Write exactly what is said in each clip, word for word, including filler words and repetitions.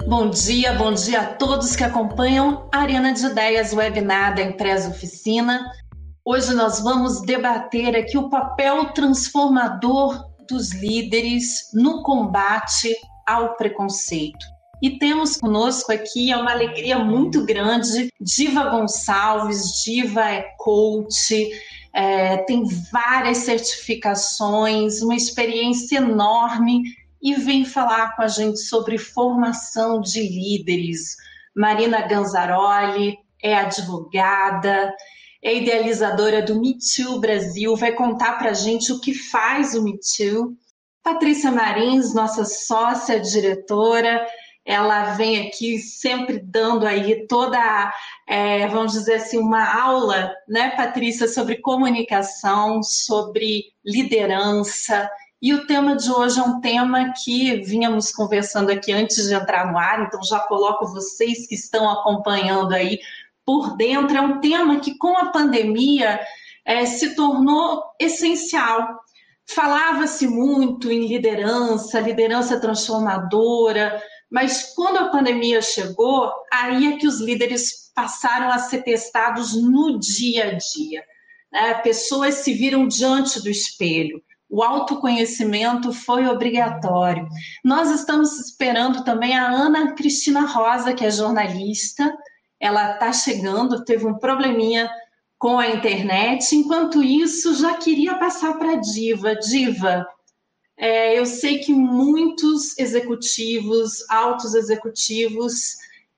Bom dia, bom dia a todos que acompanham a Arena de Ideias Webinar da Empresa Oficina. Hoje nós vamos debater aqui o papel transformador dos líderes no combate ao preconceito. E temos conosco aqui, é uma alegria muito grande, Diva Gonçalves. Diva é coach, é, tem várias certificações, uma experiência enorme e vem falar com a gente sobre formação de líderes. Marina Ganzaroli é advogada, é idealizadora do Me Too Brasil, vai contar para a gente o que faz o Me Too. Patrícia Marins, nossa sócia diretora, ela vem aqui sempre dando aí toda, é, vamos dizer assim, uma aula, né, Patrícia, sobre comunicação, sobre liderança. E o tema de hoje é um tema que vínhamos conversando aqui antes de entrar no ar, então já coloco vocês que estão acompanhando aí por dentro. É um tema que com a pandemia é, se tornou essencial. Falava-se muito em liderança, liderança transformadora, mas quando a pandemia chegou, aí é que os líderes passaram a ser testados no dia a dia, né? Pessoas se viram diante do espelho. O autoconhecimento foi obrigatório. Nós estamos esperando também a Ana Cristina Rosa, que é jornalista. Ela está chegando, teve um probleminha com a internet. Enquanto isso, já queria passar para a Diva. Diva, é, eu sei que muitos executivos, altos executivos,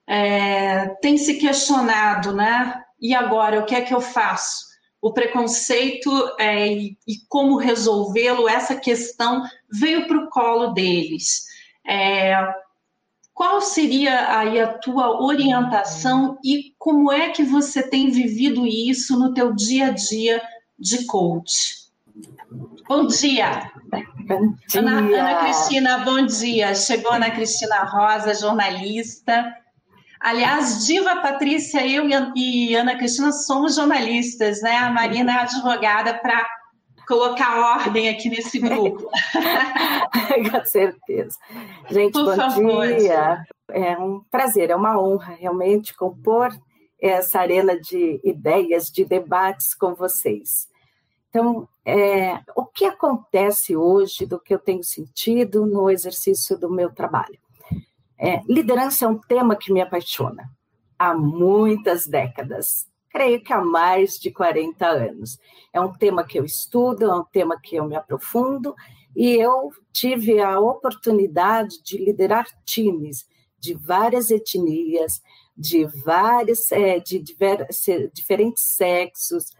é, têm se questionado, né? E agora, o que é que eu faço? O preconceito é, e, e como resolvê-lo, essa questão veio para o colo deles. É, qual seria aí a tua orientação e como é que você tem vivido isso no teu dia a dia de coach? Bom dia! Bom dia! Ana, Ana Cristina, bom dia! Chegou Ana Cristina Rosa, jornalista. Aliás, Diva, Patrícia, eu e Ana Cristina somos jornalistas, né? A Marina é advogada para colocar ordem aqui nesse grupo. Com certeza. Gente, Por bom favor, dia. É um prazer, é uma honra realmente compor essa arena de ideias, de debates com vocês. Então, é, o que acontece hoje do que eu tenho sentido no exercício do meu trabalho? É, liderança é um tema que me apaixona há muitas décadas, creio que há mais de quarenta anos. É um tema que eu estudo, é um tema que eu me aprofundo, e eu tive a oportunidade de liderar times de várias etnias, de, várias, é, de diversos, diferentes sexos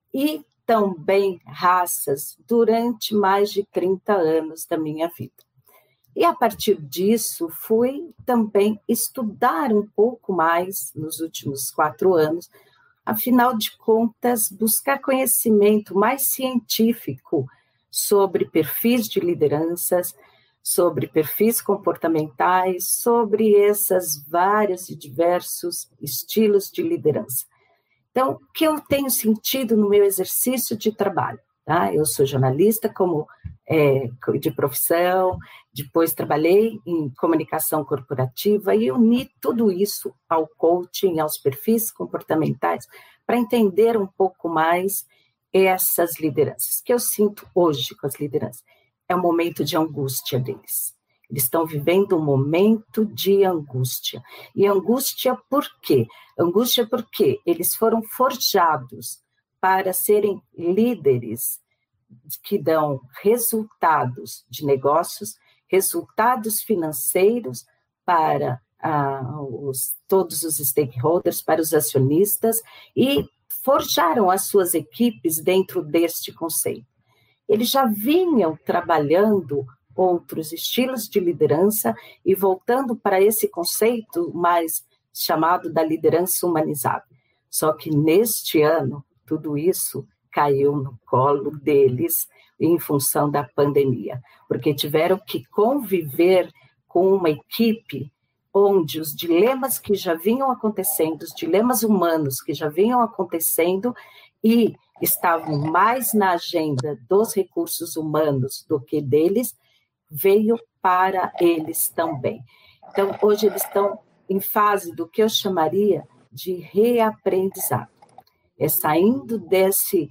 e também raças durante mais de trinta anos da minha vida. E, a partir disso, fui também estudar um pouco mais nos últimos quatro anos, afinal de contas, buscar conhecimento mais científico sobre perfis de lideranças, sobre perfis comportamentais, sobre esses vários e diversos estilos de liderança. Então, o que eu tenho sentido no meu exercício de trabalho? Tá? Eu sou jornalista como é, de profissão, depois trabalhei em comunicação corporativa e uni tudo isso ao coaching, aos perfis comportamentais, para entender um pouco mais essas lideranças, que eu sinto hoje com as lideranças. É um momento de angústia deles. Eles estão vivendo um momento de angústia. E angústia por quê? Angústia porque eles foram forjados para serem líderes que dão resultados de negócios, resultados financeiros para ah, os, todos os stakeholders, para os acionistas, e forjaram as suas equipes dentro deste conceito. Eles já vinham trabalhando outros estilos de liderança e voltando para esse conceito mais chamado da liderança humanizada. Só que neste ano, tudo isso caiu no colo deles em função da pandemia, porque tiveram que conviver com uma equipe onde os dilemas que já vinham acontecendo, os dilemas humanos que já vinham acontecendo e estavam mais na agenda dos recursos humanos do que deles, veio para eles também. Então, hoje eles estão em fase do que eu chamaria de reaprendizado. É saindo desse,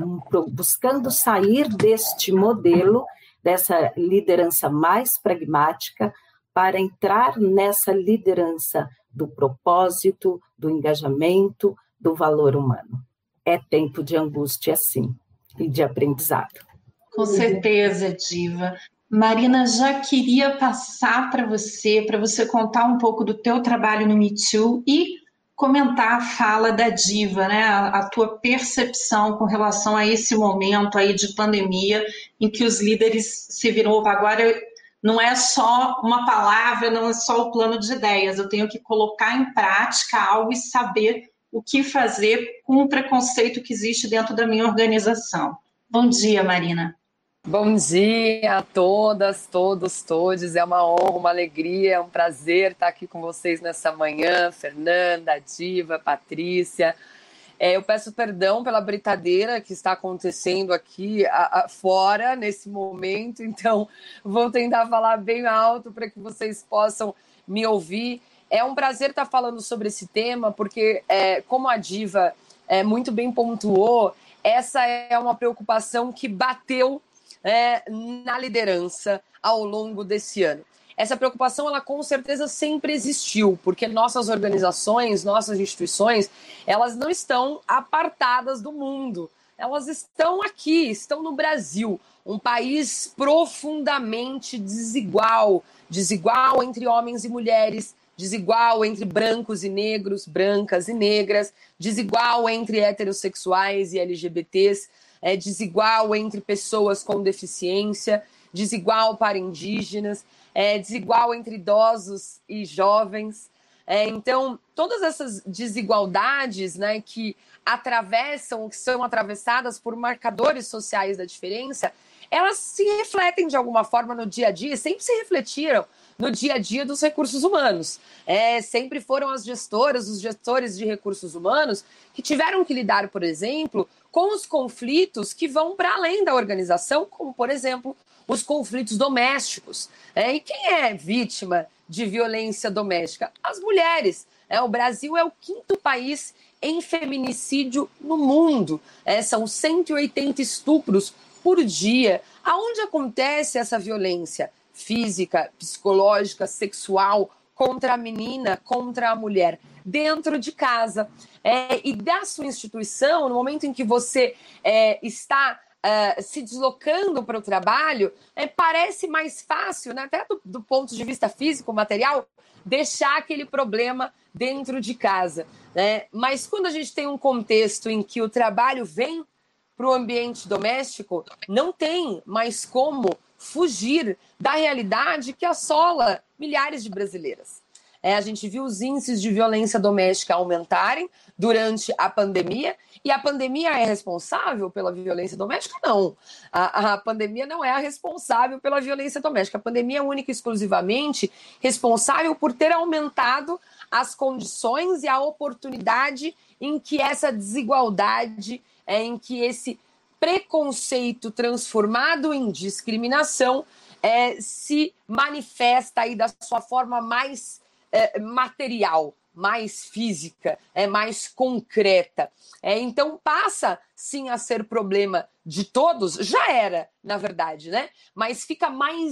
buscando sair deste modelo, dessa liderança mais pragmática, para entrar nessa liderança do propósito, do engajamento, do valor humano. É tempo de angústia, sim, e de aprendizado. Com certeza, Diva. Marina, já queria passar para você, para você contar um pouco do teu trabalho no Me Too e comentar a fala da Diva, né? A, a tua percepção com relação a esse momento aí de pandemia em que os líderes se viram, agora não é só uma palavra, não é só o plano de ideias, eu tenho que colocar em prática algo e saber o que fazer com o preconceito que existe dentro da minha organização. Bom dia, Marina. Bom dia a todas, todos, todes. É uma honra, uma alegria, é um prazer estar aqui com vocês nessa manhã. Fernanda, Diva, Patrícia. É, eu peço perdão pela britadeira que está acontecendo aqui a, a, fora nesse momento, então vou tentar falar bem alto para que vocês possam me ouvir. É um prazer estar falando sobre esse tema, porque, é, como a Diva é, muito bem pontuou, essa é uma preocupação que bateu É, na liderança ao longo desse ano. Essa preocupação, ela com certeza sempre existiu, porque nossas organizações, nossas instituições, elas não estão apartadas do mundo. Elas estão aqui, estão no Brasil, um país profundamente desigual, desigual entre homens e mulheres, desigual entre brancos e negros, brancas e negras, desigual entre heterossexuais e L G B Ts, é desigual entre pessoas com deficiência, desigual para indígenas, é desigual entre idosos e jovens. É, então, todas essas desigualdades, né, que atravessam, que são atravessadas por marcadores sociais da diferença, elas se refletem de alguma forma no dia a dia, sempre se refletiram no dia a dia dos recursos humanos. É, sempre foram as gestoras, os gestores de recursos humanos que tiveram que lidar, por exemplo, com os conflitos que vão para além da organização, como, por exemplo, os conflitos domésticos. É, e quem é vítima de violência doméstica? As mulheres. É, o Brasil é o quinto país em feminicídio no mundo. É, são cento e oitenta estupros por dia. Aonde acontece essa violência física, psicológica, sexual contra a menina, contra a mulher? Dentro de casa. É, e da sua instituição, no momento em que você é, está é, se deslocando para o trabalho, é, parece mais fácil, né, até do, do ponto de vista físico, material, deixar aquele problema dentro de casa. Né? Mas quando a gente tem um contexto em que o trabalho vem para o ambiente doméstico, não tem mais como fugir da realidade que assola milhares de brasileiras. É, a gente viu os índices de violência doméstica aumentarem durante a pandemia, e a pandemia é responsável pela violência doméstica? Não. A, a pandemia não é a responsável pela violência doméstica. A pandemia é única e exclusivamente responsável por ter aumentado as condições e a oportunidade em que essa desigualdade, é, em que esse preconceito transformado em discriminação é, se manifesta aí da sua forma mais É, material, mais física, é mais concreta. É, então passa sim a ser problema de todos, já era, na verdade, né? Mas fica mais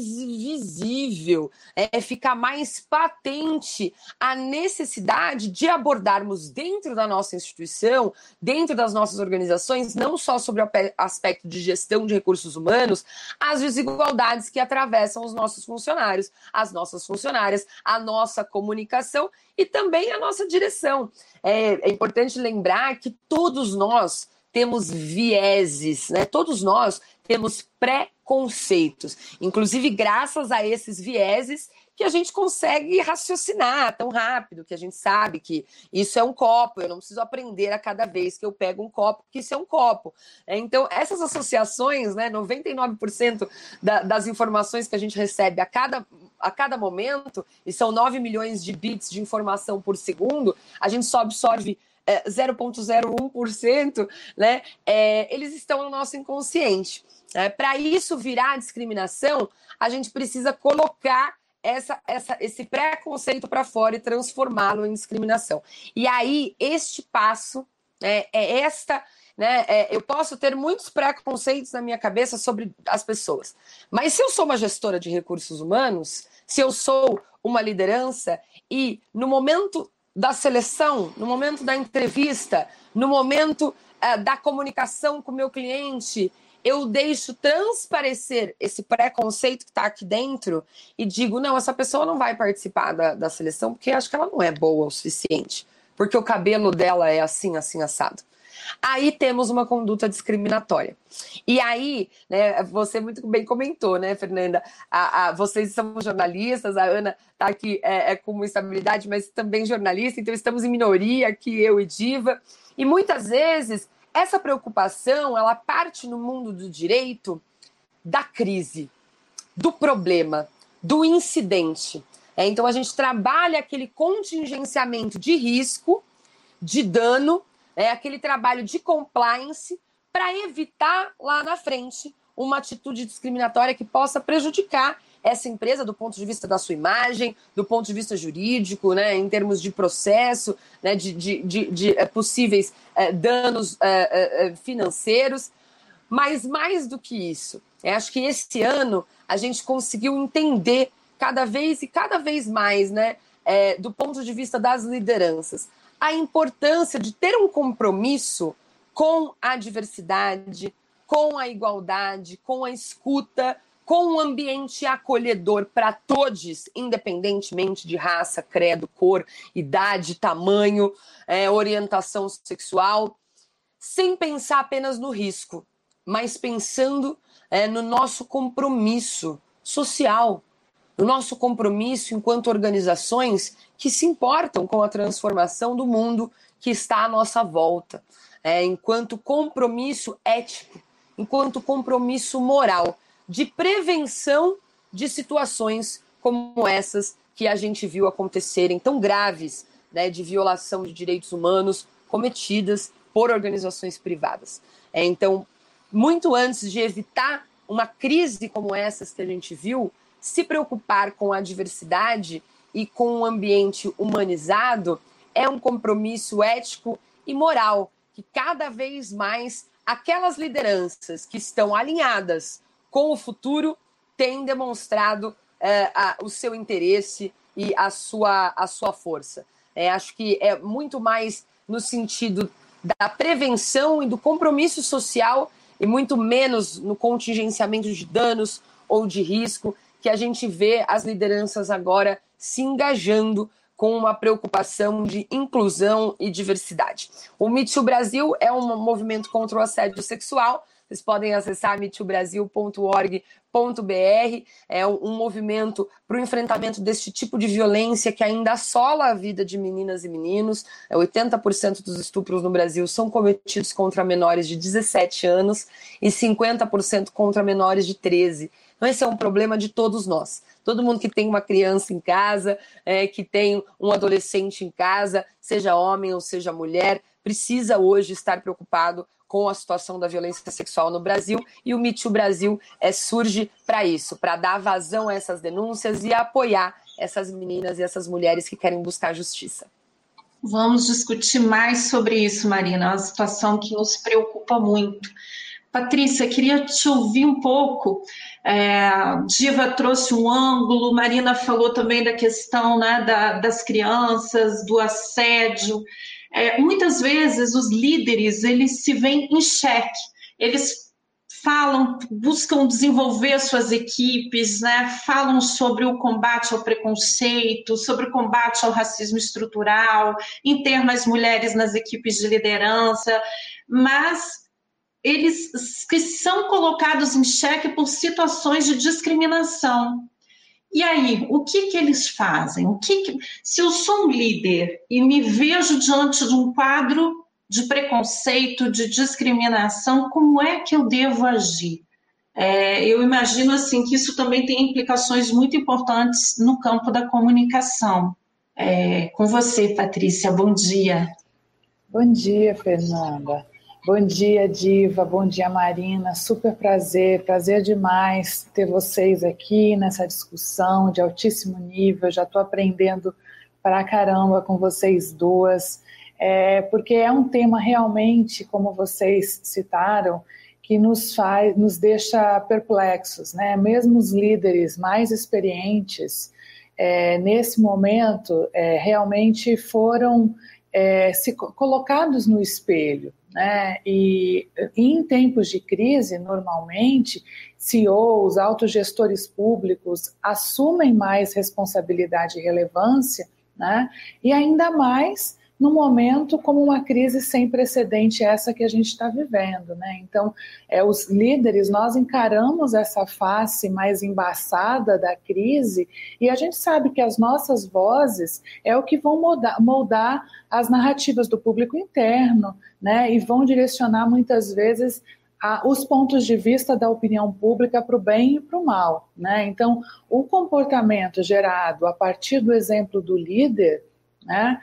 visível, é, fica mais patente a necessidade de abordarmos dentro da nossa instituição, dentro das nossas organizações, não só sobre o aspecto de gestão de recursos humanos, as desigualdades que atravessam os nossos funcionários, as nossas funcionárias, a nossa comunicação e também a nossa direção. É, é importante lembrar que todos nós temos vieses, né? Todos nós temos preconceitos. Inclusive, graças a esses vieses que a gente consegue raciocinar tão rápido, que a gente sabe que isso é um copo, eu não preciso aprender a cada vez que eu pego um copo, que isso é um copo. Então, essas associações, né, noventa e nove por cento da, das informações que a gente recebe a cada, a cada momento, e são nove milhões de bits de informação por segundo, a gente só absorve É, zero vírgula zero um por cento, né, é, eles estão no nosso inconsciente. É, para isso virar discriminação, a gente precisa colocar essa, essa, esse preconceito para fora e transformá-lo em discriminação. E aí, este passo, né, é esta... Né, é, eu posso ter muitos preconceitos na minha cabeça sobre as pessoas, mas se eu sou uma gestora de recursos humanos, se eu sou uma liderança e no momento da seleção, no momento da entrevista, no momento é, da comunicação com o meu cliente, eu deixo transparecer esse preconceito que está aqui dentro e digo, não, essa pessoa não vai participar da, da seleção porque acho que ela não é boa o suficiente, porque o cabelo dela é assim, assim, assado. Aí temos uma conduta discriminatória. E aí, né, você muito bem comentou, né, Fernanda? A, a, vocês são jornalistas, a Ana está aqui é, é, com estabilidade, mas também jornalista, então estamos em minoria aqui, eu e Diva. E muitas vezes, essa preocupação, ela parte no mundo do direito da crise, do problema, do incidente. É, então, a gente trabalha aquele contingenciamento de risco, de dano, é aquele trabalho de compliance para evitar lá na frente uma atitude discriminatória que possa prejudicar essa empresa do ponto de vista da sua imagem, do ponto de vista jurídico, né, em termos de processo, né, de, de, de, de é, possíveis é, danos é, é, financeiros. Mas mais do que isso, é, acho que esse ano a gente conseguiu entender cada vez e cada vez mais, né, é, do ponto de vista das lideranças, a importância de ter um compromisso com a diversidade, com a igualdade, com a escuta, com um ambiente acolhedor para todos, independentemente de raça, credo, cor, idade, tamanho, é, orientação sexual, sem pensar apenas no risco, mas pensando é, no nosso compromisso social, no nosso compromisso enquanto organizações que se importam com a transformação do mundo que está à nossa volta, é, enquanto compromisso ético, enquanto compromisso moral de prevenção de situações como essas que a gente viu acontecerem, tão graves, né, de violação de direitos humanos cometidas por organizações privadas. É, então, muito antes de evitar uma crise como essas que a gente viu, se preocupar com a diversidade e com um ambiente humanizado é um compromisso ético e moral que cada vez mais aquelas lideranças que estão alinhadas com o futuro têm demonstrado é, a, o seu interesse e a sua, a sua força. É, acho que é muito mais no sentido da prevenção e do compromisso social e muito menos no contingenciamento de danos ou de risco que a gente vê as lideranças agora se engajando com uma preocupação de inclusão e diversidade. O Me Too Brasil é um movimento contra o assédio sexual. Vocês podem acessar me too brasil ponto org ponto b r. É um movimento para o enfrentamento deste tipo de violência que ainda assola a vida de meninas e meninos. oitenta por cento dos estupros no Brasil são cometidos contra menores de dezessete anos e cinquenta por cento contra menores de treze. Então, esse é um problema de todos nós. Todo mundo que tem uma criança em casa, é, que tem um adolescente em casa, seja homem ou seja mulher, precisa hoje estar preocupado com a situação da violência sexual no Brasil, e o Me Too Brasil é, surge para isso, para dar vazão a essas denúncias e apoiar essas meninas e essas mulheres que querem buscar justiça. Vamos discutir mais sobre isso, Marina, é uma situação que nos preocupa muito. Patrícia, queria te ouvir um pouco. É, Diva trouxe um ângulo, Marina falou também da questão, né, da, das crianças, do assédio. É, muitas vezes os líderes eles se veem em xeque, eles falam, buscam desenvolver suas equipes, né, falam sobre o combate ao preconceito, sobre o combate ao racismo estrutural, em ter mais mulheres nas equipes de liderança, mas eles que são colocados em xeque por situações de discriminação. E aí, o que, que eles fazem? O que que... Se eu sou um líder e me vejo diante de um quadro de preconceito, de discriminação, como é que eu devo agir? É, eu imagino assim, que isso também tem implicações muito importantes no campo da comunicação. É, com você, Patrícia, bom dia. Bom dia, Fernanda. Bom dia, Diva, bom dia, Marina, super prazer, prazer demais ter vocês aqui nessa discussão de altíssimo nível, já estou aprendendo pra caramba com vocês duas, é, porque é um tema realmente, como vocês citaram, que nos faz, nos deixa perplexos, né? Mesmo os líderes mais experientes, é, nesse momento, é, realmente foram é, se colocados no espelho, né? E em tempos de crise, normalmente, C E Os, autogestores públicos assumem mais responsabilidade e relevância, né? E ainda mais no momento como uma crise sem precedente, essa que a gente está vivendo, né? Então, é, os líderes, nós encaramos essa face mais embaçada da crise e a gente sabe que as nossas vozes é o que vão moldar, moldar as narrativas do público interno, né? E vão direcionar muitas vezes a, os pontos de vista da opinião pública para o bem e para o mal, né? Então, o comportamento gerado a partir do exemplo do líder, né?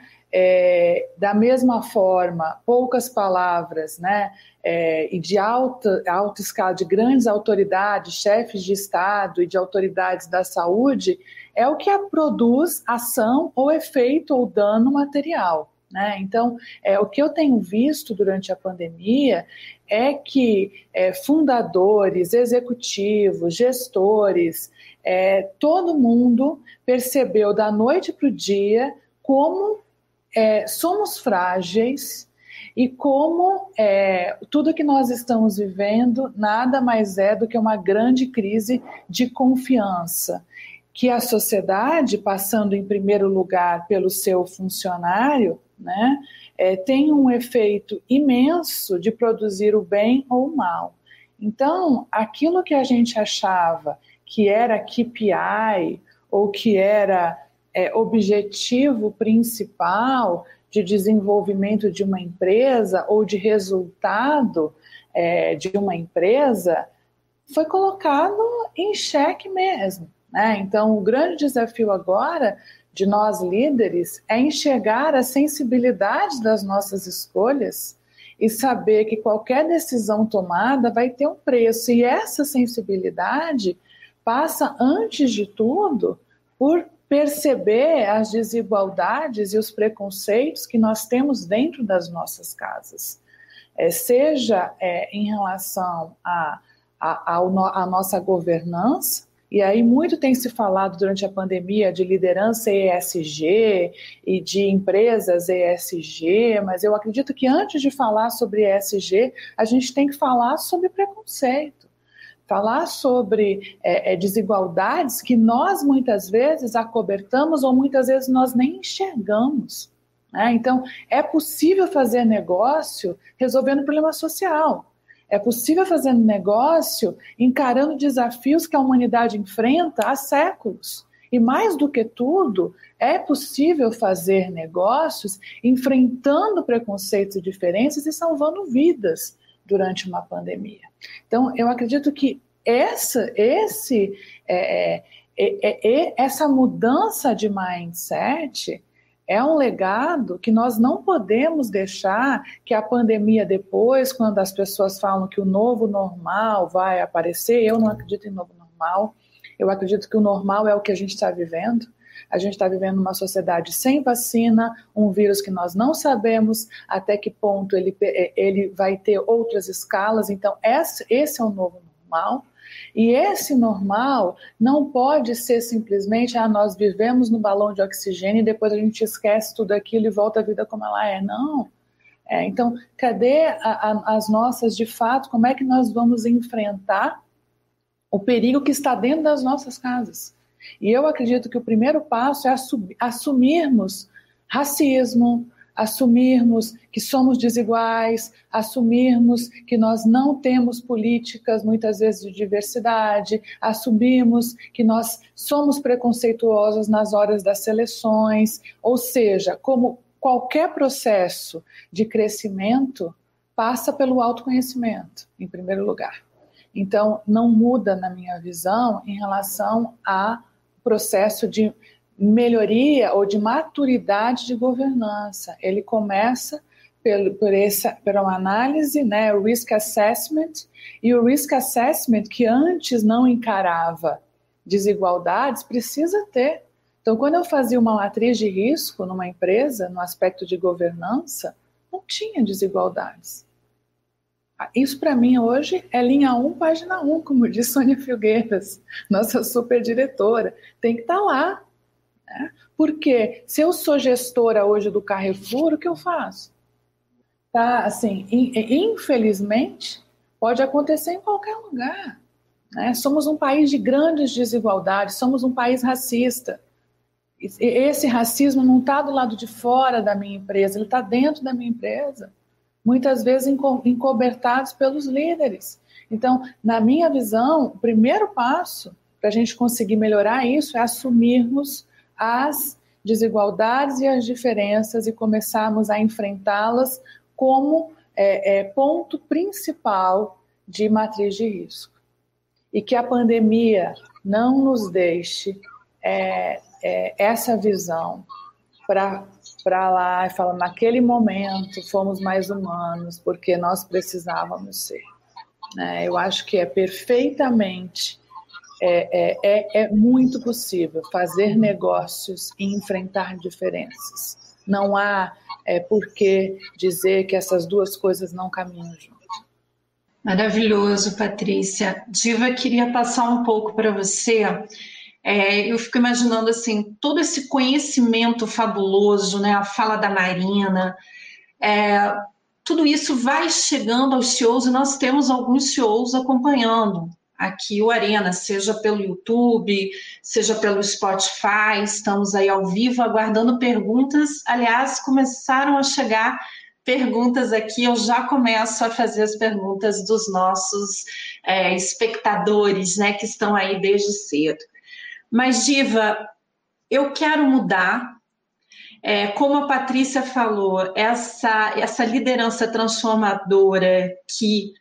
É, da mesma forma, poucas palavras, né, é, e de alta, alta escala, de grandes autoridades, chefes de Estado e de autoridades da saúde, é o que produz ação ou efeito ou dano material, né? Então, é, o que eu tenho visto durante a pandemia é que é, fundadores, executivos, gestores, é, todo mundo percebeu da noite para o dia como É, somos frágeis e como é, tudo que nós estamos vivendo nada mais é do que uma grande crise de confiança, que a sociedade, passando em primeiro lugar pelo seu funcionário, né, é, tem um efeito imenso de produzir o bem ou o mal. Então, aquilo que a gente achava que era K P I ou que era É, objetivo principal de desenvolvimento de uma empresa ou de resultado é, de uma empresa foi colocado em xeque mesmo, né? Então, o grande desafio agora de nós líderes é enxergar a sensibilidade das nossas escolhas e saber que qualquer decisão tomada vai ter um preço, e essa sensibilidade passa, antes de tudo, por perceber as desigualdades e os preconceitos que nós temos dentro das nossas casas, é, seja é, em relação à a, a, a, a nossa governança, e aí muito tem se falado durante a pandemia de liderança E S G e de empresas E S G, mas eu acredito que antes de falar sobre E S G, a gente tem que falar sobre preconceito. Falar sobre é, é, desigualdades que nós muitas vezes acobertamos ou muitas vezes nós nem enxergamos, né? Então, é possível fazer negócio resolvendo problema social. É possível fazer negócio encarando desafios que a humanidade enfrenta há séculos. E mais do que tudo, é possível fazer negócios enfrentando preconceitos e diferenças e salvando vidas durante uma pandemia. Então, eu acredito que essa, esse, é, é, é, é, essa mudança de mindset é um legado que nós não podemos deixar que a pandemia depois, quando as pessoas falam que o novo normal vai aparecer, eu não acredito em novo normal, eu acredito que o normal é o que a gente está vivendo. A gente está vivendo uma sociedade sem vacina, um vírus que nós não sabemos até que ponto ele, ele vai ter outras escalas. Então, esse, esse é o novo normal. E esse normal não pode ser simplesmente, ah, nós vivemos no balão de oxigênio e depois a gente esquece tudo aquilo e volta a vida como ela é. Não. É, então, cadê a, a, as nossas, de fato, como é que nós vamos enfrentar o perigo que está dentro das nossas casas? E eu acredito que o primeiro passo é assumirmos racismo, assumirmos que somos desiguais, assumirmos que nós não temos políticas, muitas vezes, de diversidade, assumirmos que nós somos preconceituosos nas horas das seleções, ou seja, como qualquer processo de crescimento passa pelo autoconhecimento, em primeiro lugar. Então, não muda na minha visão em relação a processo de melhoria ou de maturidade de governança. Ele começa pelo, por, essa, por uma análise, né, o risk assessment, e o risk assessment que antes não encarava desigualdades, precisa ter. Então, quando eu fazia uma matriz de risco numa empresa, no aspecto de governança, não tinha desigualdades. Isso, para mim, hoje é linha um, página um, como diz Sônia Filgueiras, nossa superdiretora. Tem que estar lá. Né? Porque se eu sou gestora hoje do Carrefour, o que eu faço? Tá, assim, infelizmente, pode acontecer em qualquer lugar. Né? Somos um país de grandes desigualdades, somos um país racista. Esse racismo não está do lado de fora da minha empresa, ele está dentro da minha empresa. Muitas vezes encobertados pelos líderes. Então, na minha visão, o primeiro passo para a gente conseguir melhorar isso é assumirmos as desigualdades e as diferenças e começarmos a enfrentá-las como é, é, ponto principal de matriz de risco. E que a pandemia não nos deixe é, é, essa visão para para lá e falar, naquele momento fomos mais humanos, porque nós precisávamos ser. Né? Eu acho que é perfeitamente, é, é, é muito possível fazer negócios e enfrentar diferenças. Não há é, por que dizer que essas duas coisas não caminham juntas. Maravilhoso, Patrícia. Diva, queria passar um pouco para você. É, eu fico imaginando assim, todo esse conhecimento fabuloso, né, a fala da Marina, é, tudo isso vai chegando aos C E Os e nós temos alguns C E Os acompanhando aqui o Arena, seja pelo YouTube, seja pelo Spotify, estamos aí ao vivo aguardando perguntas. Aliás, começaram a chegar perguntas aqui, eu já começo a fazer as perguntas dos nossos é, espectadores, né, que estão aí desde cedo. Mas, Diva, eu quero mudar, é, como a Patrícia falou, essa, essa liderança transformadora que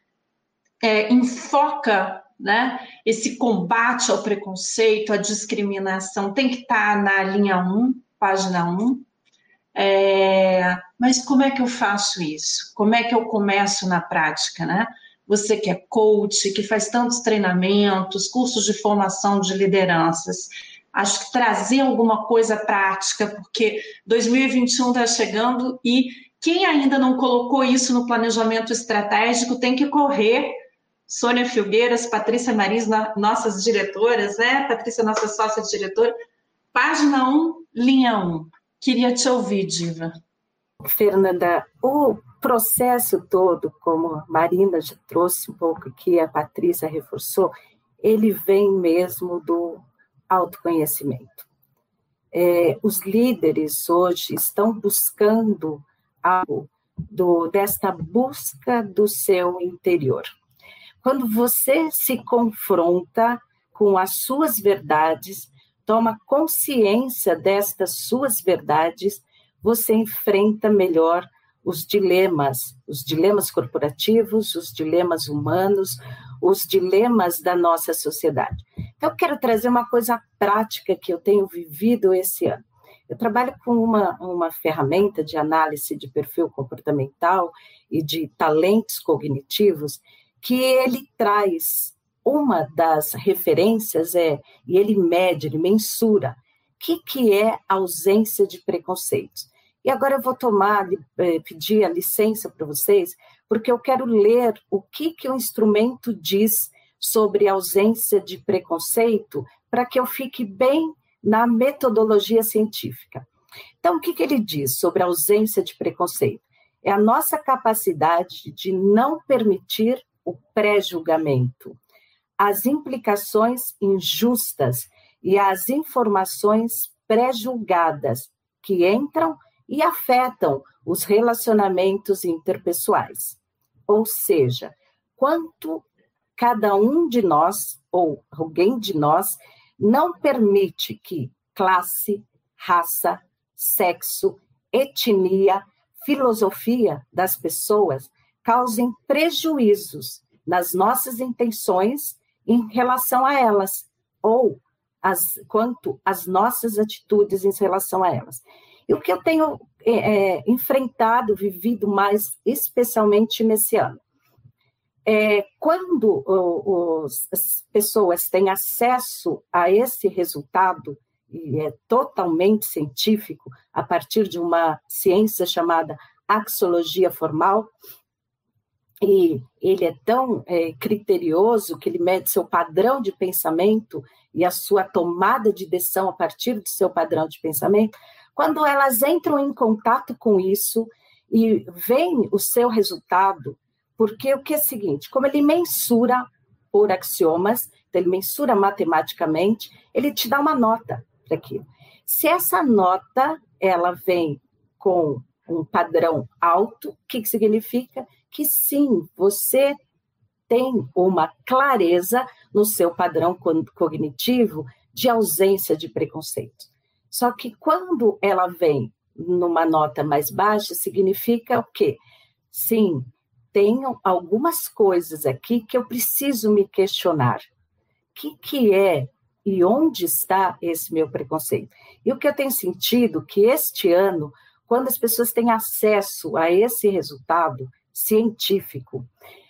é, enfoca, né, esse combate ao preconceito, à discriminação, tem que estar na linha um, página um. É, mas como é que eu faço isso? Como é que eu começo na prática, né? Você que é coach, que faz tantos treinamentos, cursos de formação de lideranças, acho que trazer alguma coisa prática, porque dois mil e vinte e um está chegando e quem ainda não colocou isso no planejamento estratégico tem que correr. Sônia Filgueiras, Patrícia Marins, nossas diretoras, né? Patrícia, nossa sócia diretora, página um, linha um. Queria te ouvir, Diva. Fernanda, o processo todo, como a Marina já trouxe um pouco aqui, a Patrícia reforçou, ele vem mesmo do autoconhecimento. É, os líderes hoje estão buscando algo do, desta busca do seu interior. Quando você se confronta com as suas verdades, toma consciência destas suas verdades, você enfrenta melhor os dilemas, os dilemas corporativos, os dilemas humanos, os dilemas da nossa sociedade. Então, eu quero trazer uma coisa prática que eu tenho vivido esse ano. Eu trabalho com uma, uma ferramenta de análise de perfil comportamental e de talentos cognitivos que ele traz. Uma das referências é, e ele mede, ele mensura, o que, que é ausência de preconceitos. E agora eu vou tomar, pedir a licença para vocês, porque eu quero ler o que, que o instrumento diz sobre ausência de preconceito, para que eu fique bem na metodologia científica. Então, o que, que ele diz sobre a ausência de preconceito? É a nossa capacidade de não permitir o pré-julgamento, as implicações injustas e as informações pré-julgadas que entram e afetam os relacionamentos interpessoais. Ou seja, quanto cada um de nós, ou alguém de nós, não permite que classe, raça, sexo, etnia, filosofia das pessoas causem prejuízos nas nossas intenções em relação a elas, ou as, quanto às nossas atitudes em relação a elas. E o que eu tenho é, é, enfrentado, vivido mais, especialmente nesse ano, é quando os, as pessoas têm acesso a esse resultado, e é totalmente científico, a partir de uma ciência chamada axiologia formal, e ele é tão é, criterioso que ele mede seu padrão de pensamento e a sua tomada de decisão a partir do seu padrão de pensamento. Quando elas entram em contato com isso e veem o seu resultado, porque o que é o seguinte, como ele mensura por axiomas, então ele mensura matematicamente, ele te dá uma nota para aquilo. Se essa nota ela vem com um padrão alto, o que, que significa? Que sim, você tem uma clareza no seu padrão cognitivo de ausência de preconceito. Só que quando ela vem numa nota mais baixa, significa o quê? Sim, tenho algumas coisas aqui que eu preciso me questionar. O que, que é e onde está esse meu preconceito? E o que eu tenho sentido que este ano, quando as pessoas têm acesso a esse resultado científico,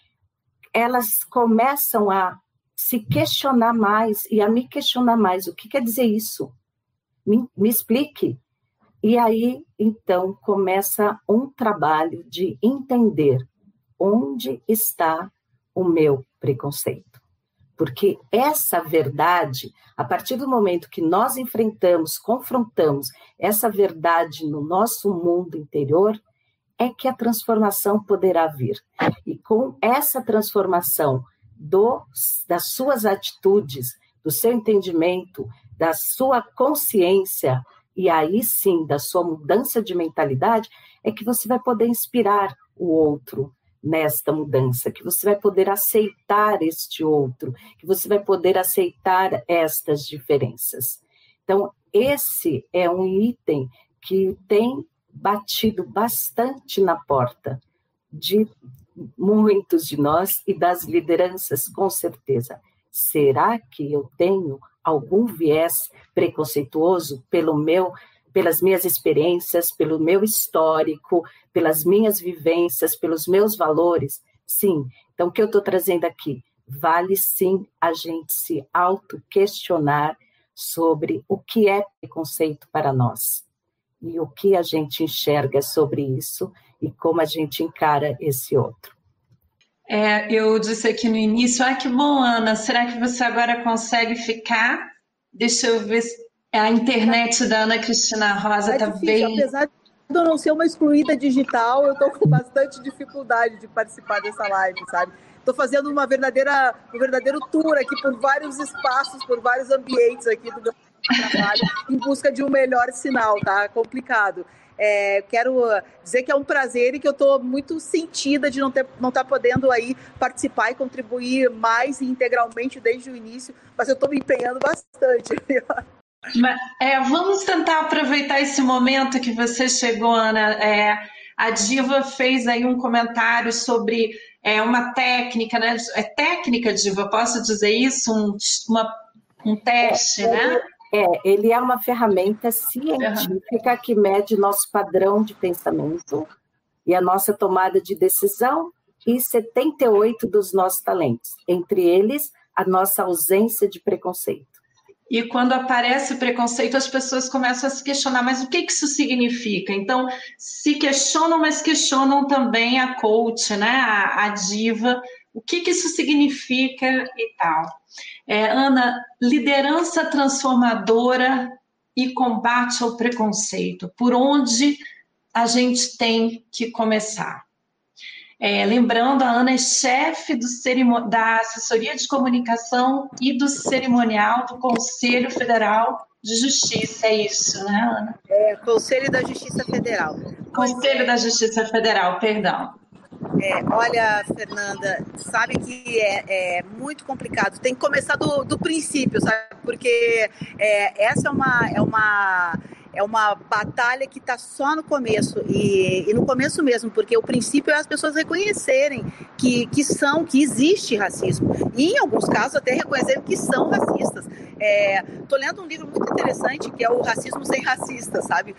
elas começam a se questionar mais e a me questionar mais. O que quer dizer isso? Me, me explique. E aí, então, começa um trabalho de entender onde está o meu preconceito. Porque essa verdade, a partir do momento que nós enfrentamos, confrontamos essa verdade no nosso mundo interior, é que a transformação poderá vir. E com essa transformação do, das suas atitudes, do seu entendimento, da sua consciência, e aí sim, da sua mudança de mentalidade, é que você vai poder inspirar o outro nesta mudança, que você vai poder aceitar este outro, que você vai poder aceitar estas diferenças. Então, esse é um item que tem batido bastante na porta de muitos de nós e das lideranças, com certeza. Será que eu tenho algum viés preconceituoso pelo meu, pelas minhas experiências, pelo meu histórico, pelas minhas vivências, pelos meus valores? Sim. Então, o que eu estou trazendo aqui? Vale sim a gente se auto-questionar sobre o que é preconceito para nós e o que a gente enxerga sobre isso e como a gente encara esse outro. É, eu disse aqui no início, ah, que bom, Ana, será que você agora consegue ficar? Deixa eu ver se a internet da Ana Cristina Rosa está é bem... Apesar de eu não ser uma excluída digital, eu estou com bastante dificuldade de participar dessa live, sabe? Estou fazendo uma verdadeira, um verdadeiro tour aqui por vários espaços, por vários ambientes aqui do meu trabalho, em busca de um melhor sinal, tá? Complicado. É, quero dizer que é um prazer e que eu estou muito sentida de não ter, não estar podendo aí participar e contribuir mais e integralmente desde o início, mas eu estou me empenhando bastante. É, vamos tentar aproveitar esse momento que você chegou, Ana. É, a Diva fez aí um comentário sobre é, uma técnica, né? É técnica, Diva, posso dizer isso? Um, uma, um teste, é, né? É, ele é uma ferramenta científica que mede nosso padrão de pensamento e a nossa tomada de decisão e setenta e oito dos nossos talentos, entre eles a nossa ausência de preconceito. E quando aparece o preconceito, as pessoas começam a se questionar, mas o que isso significa? Então, se questionam, mas questionam também a coach, né? a, a Diva, o que, que isso significa e tal. É, Ana, liderança transformadora e combate ao preconceito, por onde a gente tem que começar? É, lembrando, a Ana é chefe do cerimo- da Assessoria de Comunicação e do Cerimonial do Conselho Federal de Justiça, é isso, né, Ana? É, Conselho da Justiça Federal. Conselho da Justiça Federal, perdão. É, olha, Fernanda, sabe que é, é muito complicado. Tem que começar do, do princípio, sabe? Porque é, essa é uma, é, uma, é uma batalha que está só no começo. E, e no começo mesmo, porque o princípio é as pessoas reconhecerem que, que são, que existe racismo. E em alguns casos até reconhecerem que são racistas. Estou é, lendo um livro muito interessante que é o Racismo Sem Racistas, sabe?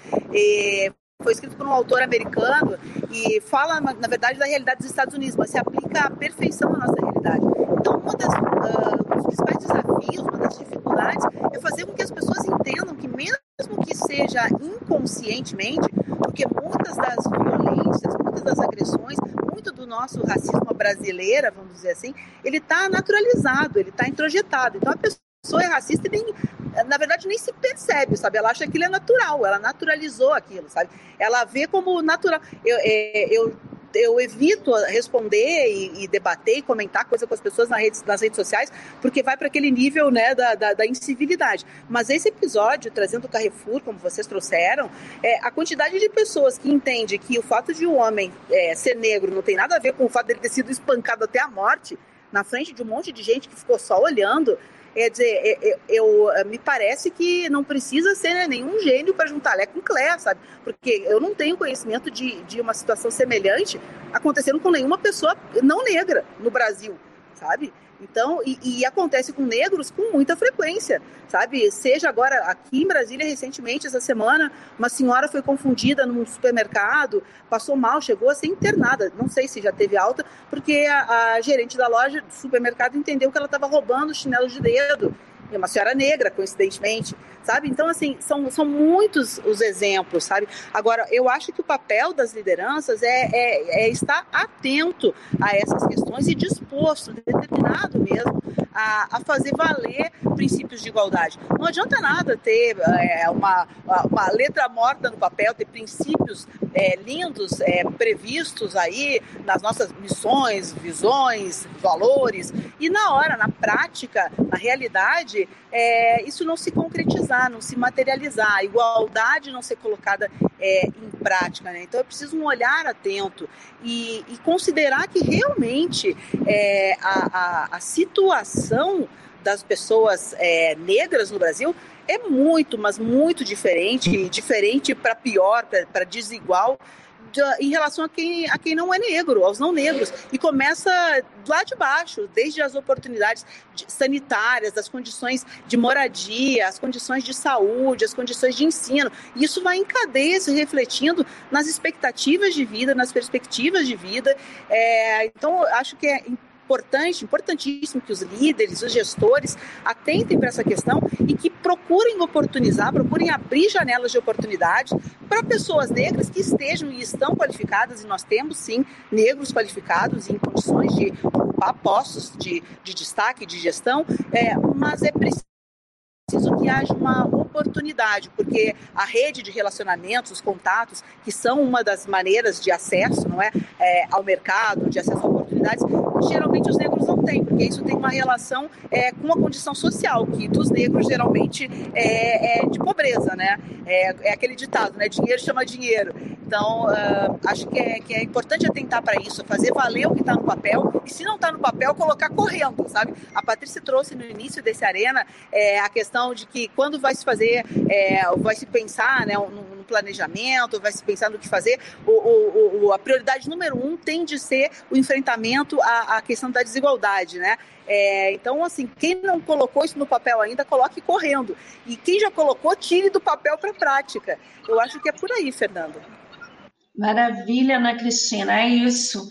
E foi escrito por um autor americano e fala, na verdade, da realidade dos Estados Unidos, mas se aplica à perfeição à nossa realidade. Então, um uh, dos principais desafios, uma das dificuldades, é fazer com que as pessoas entendam que, mesmo que seja inconscientemente, porque muitas das violências, muitas das agressões, muito do nosso racismo brasileiro, vamos dizer assim, ele está naturalizado, ele está introjetado. Então, a pessoa é racista e nem, na verdade, nem se percebe, sabe? Ela acha que aquilo é natural, ela naturalizou aquilo, sabe? Ela vê como natural. Eu, eu, eu evito responder e, e debater e comentar coisa com as pessoas nas redes, nas redes sociais, porque vai para aquele nível, né, da, da, da incivilidade. Mas esse episódio, trazendo o Carrefour, como vocês trouxeram, é, a quantidade de pessoas que entende que o fato de um homem é, ser negro não tem nada a ver com o fato dele ter sido espancado até a morte, na frente de um monte de gente que ficou só olhando. Quer dizer, eu, eu, eu, me parece que não precisa ser, né, nenhum gênio para juntar Lé com Clé, sabe? Porque eu não tenho conhecimento de, de uma situação semelhante acontecendo com nenhuma pessoa não negra no Brasil, sabe? Então, e, e acontece com negros com muita frequência, sabe? Seja agora aqui em Brasília, recentemente, essa semana, uma senhora foi confundida num supermercado, passou mal, chegou a ser internada. Não sei se já teve alta, porque a, a gerente da loja do supermercado entendeu que ela estava roubando chinelos de dedo. É uma senhora negra, coincidentemente, sabe? Então, assim, são, são muitos os exemplos, sabe? Agora, eu acho que o papel das lideranças é, é, é estar atento a essas questões e disposto, determinado mesmo, a, a fazer valer princípios de igualdade. Não adianta nada ter é, uma, uma letra morta no papel, ter princípios é, lindos, é, previstos aí nas nossas missões, visões, valores, e na hora, na prática, na realidade, É, isso não se concretizar, não se materializar, a igualdade não ser colocada é, em prática, né? Então é preciso um olhar atento e, e considerar que realmente é, a, a, a situação das pessoas é, negras no Brasil é muito, mas muito diferente, diferente para pior, para desigual, De, em relação a quem, a quem não é negro, aos não negros, e começa lá de baixo, desde as oportunidades sanitárias, as condições de moradia, as condições de saúde, as condições de ensino, e isso vai em cadeia se refletindo nas expectativas de vida, nas perspectivas de vida. É, então, acho que é importante, importantíssimo que os líderes, os gestores atentem para essa questão e que procurem oportunizar, procurem abrir janelas de oportunidade para pessoas negras que estejam e estão qualificadas, e nós temos sim negros qualificados em condições de ocupar postos de, de destaque, de gestão, é, mas é preciso preciso que haja uma oportunidade, porque a rede de relacionamentos, os contatos, que são uma das maneiras de acesso, não é, é ao mercado, de acesso a oportunidades, geralmente os negros não têm, porque isso tem uma relação é, com a condição social, que dos negros geralmente é, é de pobreza, né? É, é aquele ditado, né? Dinheiro chama dinheiro. Então, uh, acho que é, que é importante atentar para isso, fazer valer o que está no papel, e se não está no papel, colocar correndo, sabe? A Patrícia trouxe no início desse Arena é, a questão de que quando vai se fazer, é, vai se pensar, né, no, no planejamento, vai se pensar no que fazer, o, o, o, a prioridade número um tem de ser o enfrentamento à, à questão da desigualdade, né? É, então, assim, quem não colocou isso no papel ainda, coloque correndo. E quem já colocou, tire do papel para a prática. Eu acho que é por aí, Fernanda. Maravilha, Ana Cristina, é isso.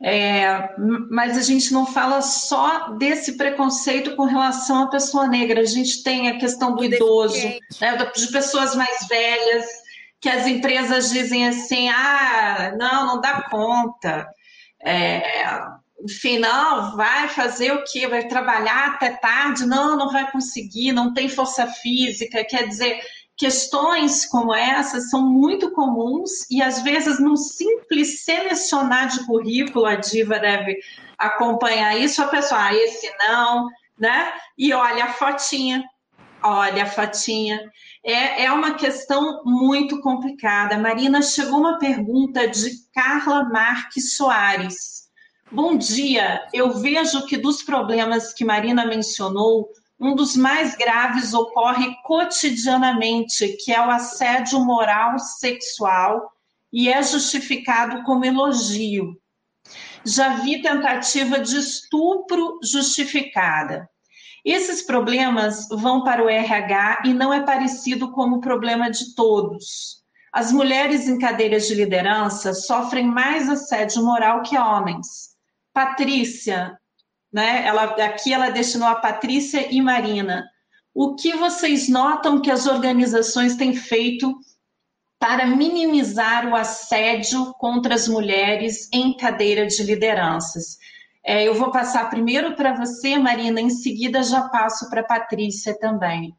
É, mas a gente não fala só desse preconceito com relação à pessoa negra, a gente tem a questão do idoso, né, de pessoas mais velhas, que as empresas dizem assim, ah, não, não dá conta, é, enfim, não, vai fazer o quê? Vai trabalhar até tarde? Não, não vai conseguir, não tem força física, quer dizer... Questões como essas são muito comuns e, às vezes, num simples selecionar de currículo, a Diva deve acompanhar isso, a pessoa, ah, esse não, né? E olha a fotinha, olha a fotinha. É, é uma questão muito complicada. Marina, chegou uma pergunta de Carla Marques Soares. Bom dia, eu vejo que dos problemas que Marina mencionou, um dos mais graves ocorre cotidianamente, que é o assédio moral sexual e é justificado como elogio. Já vi tentativa de estupro justificada. Esses problemas vão para o R H e não é parecido como o problema de todos. As mulheres em cadeiras de liderança sofrem mais assédio moral que homens. Patrícia, né? Ela, aqui ela destinou a Patrícia e Marina. O que vocês notam que as organizações têm feito para minimizar o assédio contra as mulheres em cadeira de lideranças? É, eu vou passar primeiro para você, Marina, em seguida já passo para a Patrícia também.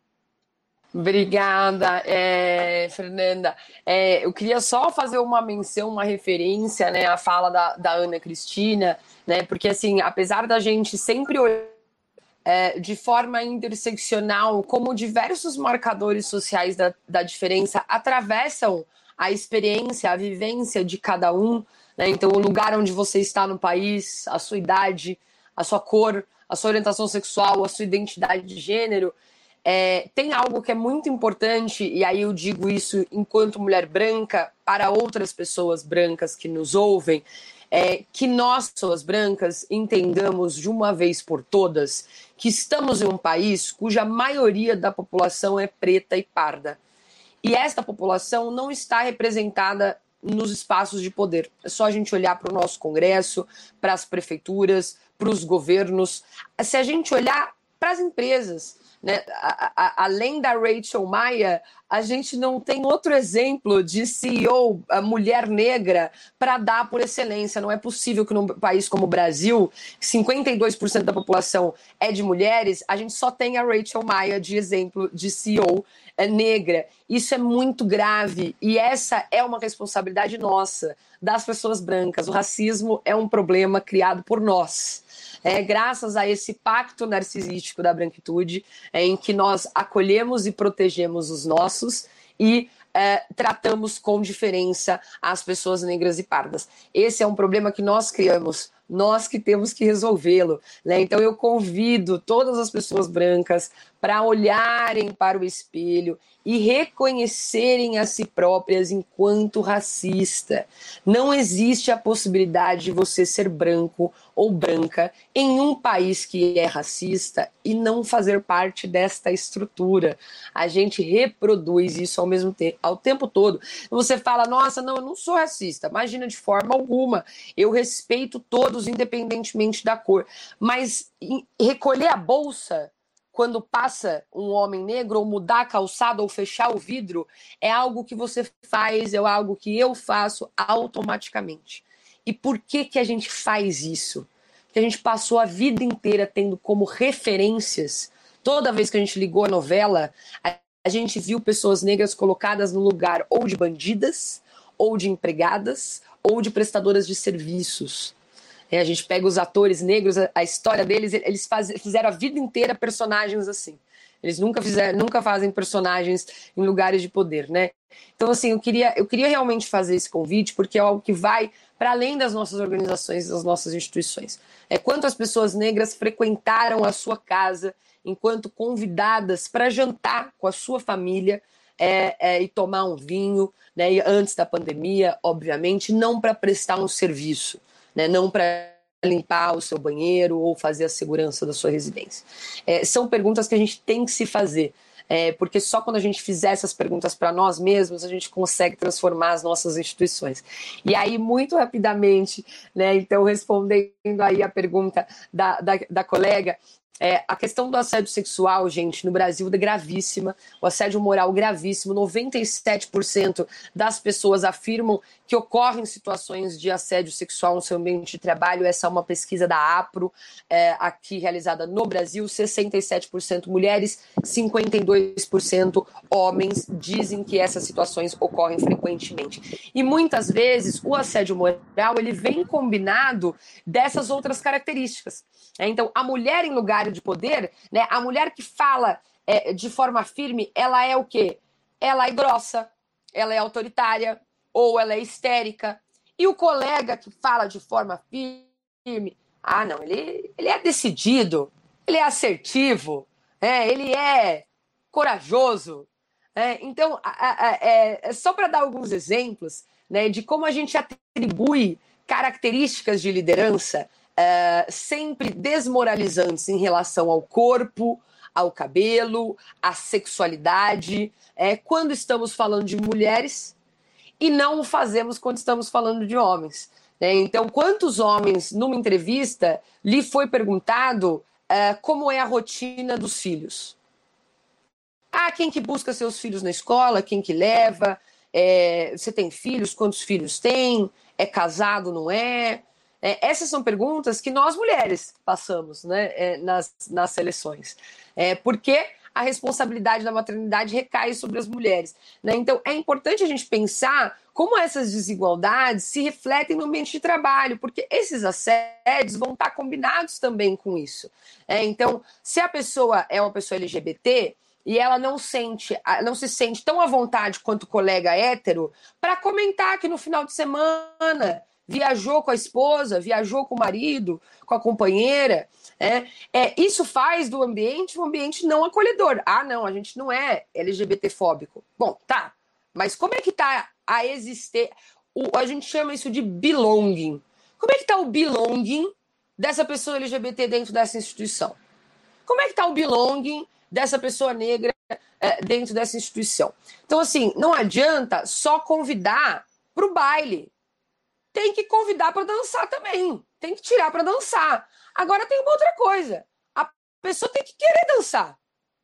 Obrigada, é, Fernanda. É, eu queria só fazer uma menção, uma referência, né, à fala da, da Ana Cristina, né, porque, assim, apesar da gente sempre olhar é, de forma interseccional como diversos marcadores sociais da, da diferença atravessam a experiência, a vivência de cada um, né, então o lugar onde você está no país, a sua idade, a sua cor, a sua orientação sexual, a sua identidade de gênero. É, tem algo que é muito importante, e aí eu digo isso enquanto mulher branca para outras pessoas brancas que nos ouvem, é, que nós, pessoas brancas, entendamos de uma vez por todas que estamos em um país cuja maioria da população é preta e parda. E esta população não está representada nos espaços de poder. É só a gente olhar para o nosso Congresso, para as prefeituras, para os governos. Se a gente olhar para as empresas, né? A, a, além da Rachel Maia, a gente não tem outro exemplo de C E O, a mulher negra, para dar por excelência. Não é possível que num país como o Brasil, cinquenta e dois por cento da população é de mulheres, a gente só tenha a Rachel Maia de exemplo de C E O é, negra. Isso é muito grave e essa é uma responsabilidade nossa, das pessoas brancas. O racismo é um problema criado por nós. É, graças a esse pacto narcisístico da branquitude, é, em que nós acolhemos e protegemos os nossos e é, tratamos com diferença as pessoas negras e pardas. Esse é um problema que nós criamos, nós que temos que resolvê-lo, né? Então eu convido todas as pessoas brancas para olharem para o espelho e reconhecerem a si próprias enquanto racista. Não existe a possibilidade de você ser branco ou branca em um país que é racista e não fazer parte desta estrutura. A gente reproduz isso ao mesmo tempo, ao tempo todo. Você fala, nossa, não, eu não sou racista. Imagina, de forma alguma. Eu respeito todos, independentemente da cor. Mas recolher a bolsa quando passa um homem negro, ou mudar a calçada, ou fechar o vidro, é algo que você faz, é algo que eu faço automaticamente. E por que que a gente faz isso? Porque a gente passou a vida inteira tendo como referências, toda vez que a gente ligou a novela, a gente viu pessoas negras colocadas no lugar ou de bandidas, ou de empregadas, ou de prestadoras de serviços. É, a gente pega os atores negros, a, a história deles, eles faz, fizeram a vida inteira personagens assim. Eles nunca, fizeram, nunca fazem personagens em lugares de poder, né? Então, assim, eu queria, eu queria realmente fazer esse convite, porque é algo que vai para além das nossas organizações, das nossas instituições. É quantas pessoas negras frequentaram a sua casa enquanto convidadas para jantar com a sua família é, é, e tomar um vinho, né? E antes da pandemia, obviamente, não para prestar um serviço, né, não para limpar o seu banheiro ou fazer a segurança da sua residência. É, são perguntas que a gente tem que se fazer, é, porque só quando a gente fizer essas perguntas para nós mesmos, a gente consegue transformar as nossas instituições. E aí, muito rapidamente, né, então, respondendo aí a pergunta da, da, da colega, É, a questão do assédio sexual, gente, no Brasil é gravíssima, o assédio moral gravíssimo, noventa e sete por cento das pessoas afirmam que ocorrem situações de assédio sexual no seu ambiente de trabalho. Essa é uma pesquisa da APRO, é, aqui realizada no Brasil, sessenta e sete por cento mulheres, cinquenta e dois por cento homens dizem que essas situações ocorrem frequentemente. E muitas vezes o assédio moral ele vem combinado dessas outras características. Então, a mulher em lugar de poder, né, a mulher que fala é, de forma firme, ela é o quê? Ela é grossa, ela é autoritária, ou ela é histérica. E o colega que fala de forma firme, ah, não, ele, ele é decidido, ele é assertivo, é, ele é corajoso. É, então, a, a, é, só para dar alguns exemplos, né, de como a gente atribui características de liderança uh, sempre desmoralizantes em relação ao corpo, ao cabelo, à sexualidade, é, quando estamos falando de mulheres, e não o fazemos quando estamos falando de homens. Né? Então, quantos homens, numa entrevista, lhe foi perguntado uh, como é a rotina dos filhos? Ah, quem que busca seus filhos na escola, quem que leva, é, você tem filhos, quantos filhos tem, é casado, não é? É, essas são perguntas que nós mulheres passamos, né, é, nas, nas seleções. É, porque a responsabilidade da maternidade recai sobre as mulheres. Né? Então, é importante a gente pensar como essas desigualdades se refletem no ambiente de trabalho, porque esses assédios vão estar combinados também com isso. É, então, se a pessoa é uma pessoa L G B T e ela não, sente, não se sente tão à vontade quanto o colega hétero para comentar que no final de semana viajou com a esposa, viajou com o marido, com a companheira, é, é, isso faz do ambiente um ambiente não acolhedor. Ah, não, a gente não é L G B T fóbico. Bom, tá, mas como é que tá a existir, o, a gente chama isso de belonging. Como é que tá o belonging dessa pessoa L G B T dentro dessa instituição? Como é que tá o belonging dessa pessoa negra é, dentro dessa instituição? Então, assim, não adianta só convidar para o baile. Tem que convidar para dançar também. Tem que tirar para dançar. Agora tem uma outra coisa. A pessoa tem que querer dançar.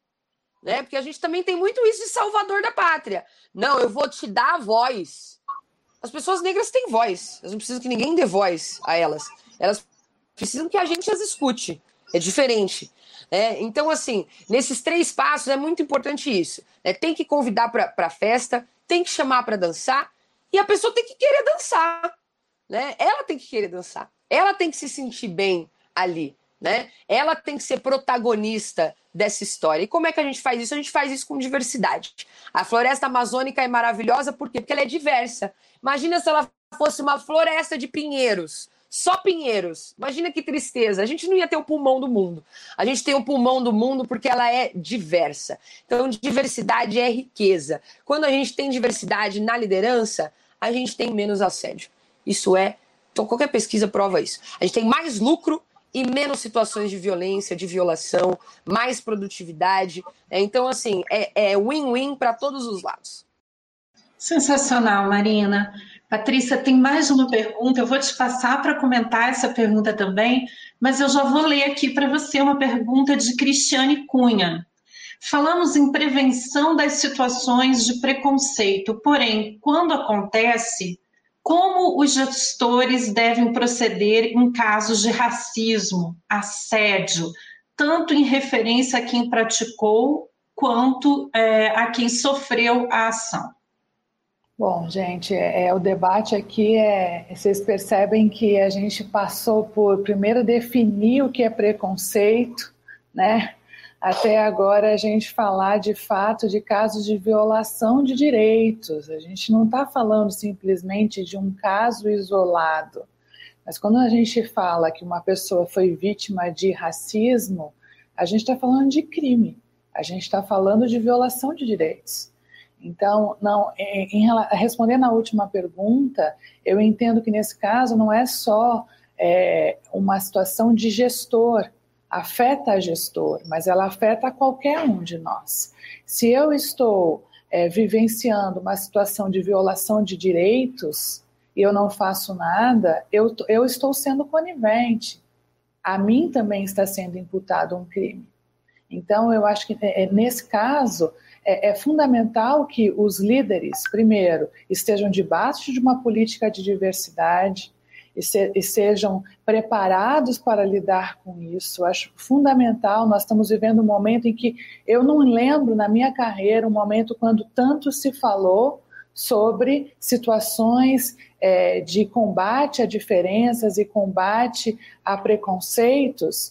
Né? Porque a gente também tem muito isso de salvador da pátria. Não, eu vou te dar a voz. As pessoas negras têm voz. Elas não precisam que ninguém dê voz a elas. Elas precisam que a gente as escute. É diferente. Né? Então, assim, nesses três passos é muito importante isso. Né? Tem que convidar para a festa, tem que chamar para dançar e a pessoa tem que querer dançar. Né? Ela tem que querer dançar, ela tem que se sentir bem ali, né? Ela tem que ser protagonista dessa história. E como é que a gente faz isso? A gente faz isso com diversidade. A floresta amazônica é maravilhosa, por quê? Porque ela é diversa. Imagina se ela fosse uma floresta de pinheiros, só pinheiros. Imagina que tristeza. A gente não ia ter o pulmão do mundo. A gente tem o pulmão do mundo porque ela é diversa. Então, diversidade é riqueza. Quando a gente tem diversidade na liderança, a gente tem menos assédio. Isso é, então qualquer pesquisa prova isso. A gente tem mais lucro e menos situações de violência, de violação, mais produtividade. É, então, assim, é, é win-win para todos os lados. Sensacional, Marina. Patrícia, tem mais uma pergunta. Eu vou te passar para comentar essa pergunta também, mas eu já vou ler aqui para você uma pergunta de Cristiane Cunha. Falamos em prevenção das situações de preconceito, porém, quando acontece, como os gestores devem proceder em casos de racismo, assédio, tanto em referência a quem praticou, quanto é, a quem sofreu a ação? Bom, gente, é, o debate aqui é... Vocês percebem que a gente passou por, primeiro, definir o que é preconceito, né? Até agora a gente falar de fato de casos de violação de direitos. A gente não está falando simplesmente de um caso isolado, mas quando a gente fala que uma pessoa foi vítima de racismo, a gente está falando de crime, a gente está falando de violação de direitos. Então, não, em, em, respondendo à última pergunta, eu entendo que nesse caso não é só é, uma situação de gestor, afeta a gestor, mas ela afeta a qualquer um de nós. Se eu estou é, vivenciando uma situação de violação de direitos e eu não faço nada, eu, eu estou sendo conivente. A mim também está sendo imputado um crime. Então, eu acho que é, nesse caso é, é fundamental que os líderes, primeiro, estejam debaixo de uma política de diversidade, E, se, e sejam preparados para lidar com isso. Eu acho fundamental. Nós estamos vivendo um momento em que eu não lembro na minha carreira um momento quando tanto se falou sobre situações é, de combate a diferenças e combate a preconceitos,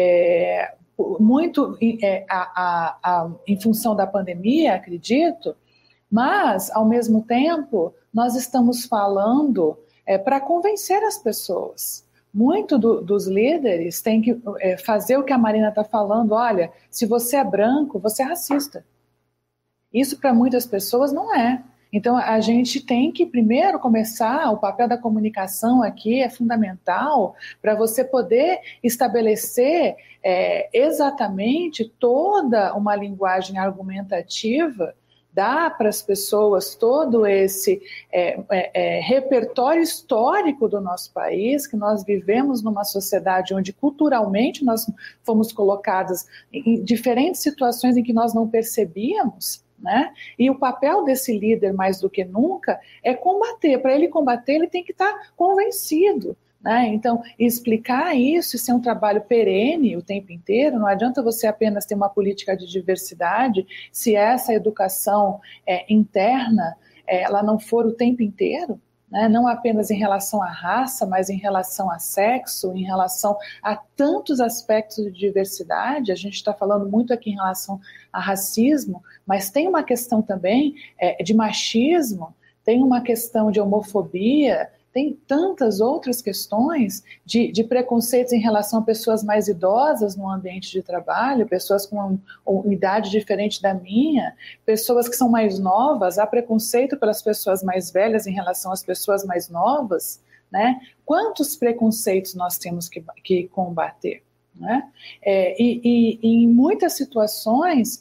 é, muito é, a, a, a, em função da pandemia, acredito, mas, ao mesmo tempo, nós estamos falando É, para convencer as pessoas. Muito do, dos líderes tem que é, fazer o que a Marina está falando. Olha, se você é branco, você é racista. Isso para muitas pessoas não é. Então, a gente tem que primeiro começar, o papel da comunicação aqui é fundamental para você poder estabelecer é, exatamente toda uma linguagem argumentativa, dar para as pessoas todo esse é, é, é, repertório histórico do nosso país, que nós vivemos numa sociedade onde culturalmente nós fomos colocados em diferentes situações em que nós não percebíamos, né? E o papel desse líder, mais do que nunca, é combater. Para ele combater, ele tem que estar convencido, né? Então, explicar isso, isso é um trabalho perene o tempo inteiro. Não adianta você apenas ter uma política de diversidade se essa educação é, interna é, ela não for o tempo inteiro, né? Não apenas em relação à raça, mas em relação a sexo, em relação a tantos aspectos de diversidade. A gente está falando muito aqui em relação a racismo, mas tem uma questão também é, de machismo, tem uma questão de homofobia, tem tantas outras questões de, de preconceitos em relação a pessoas mais idosas no ambiente de trabalho, pessoas com uma, uma idade diferente da minha, pessoas que são mais novas, há preconceito pelas pessoas mais velhas em relação às pessoas mais novas, né? Quantos preconceitos nós temos que, que combater, né? É, e, e, e em muitas situações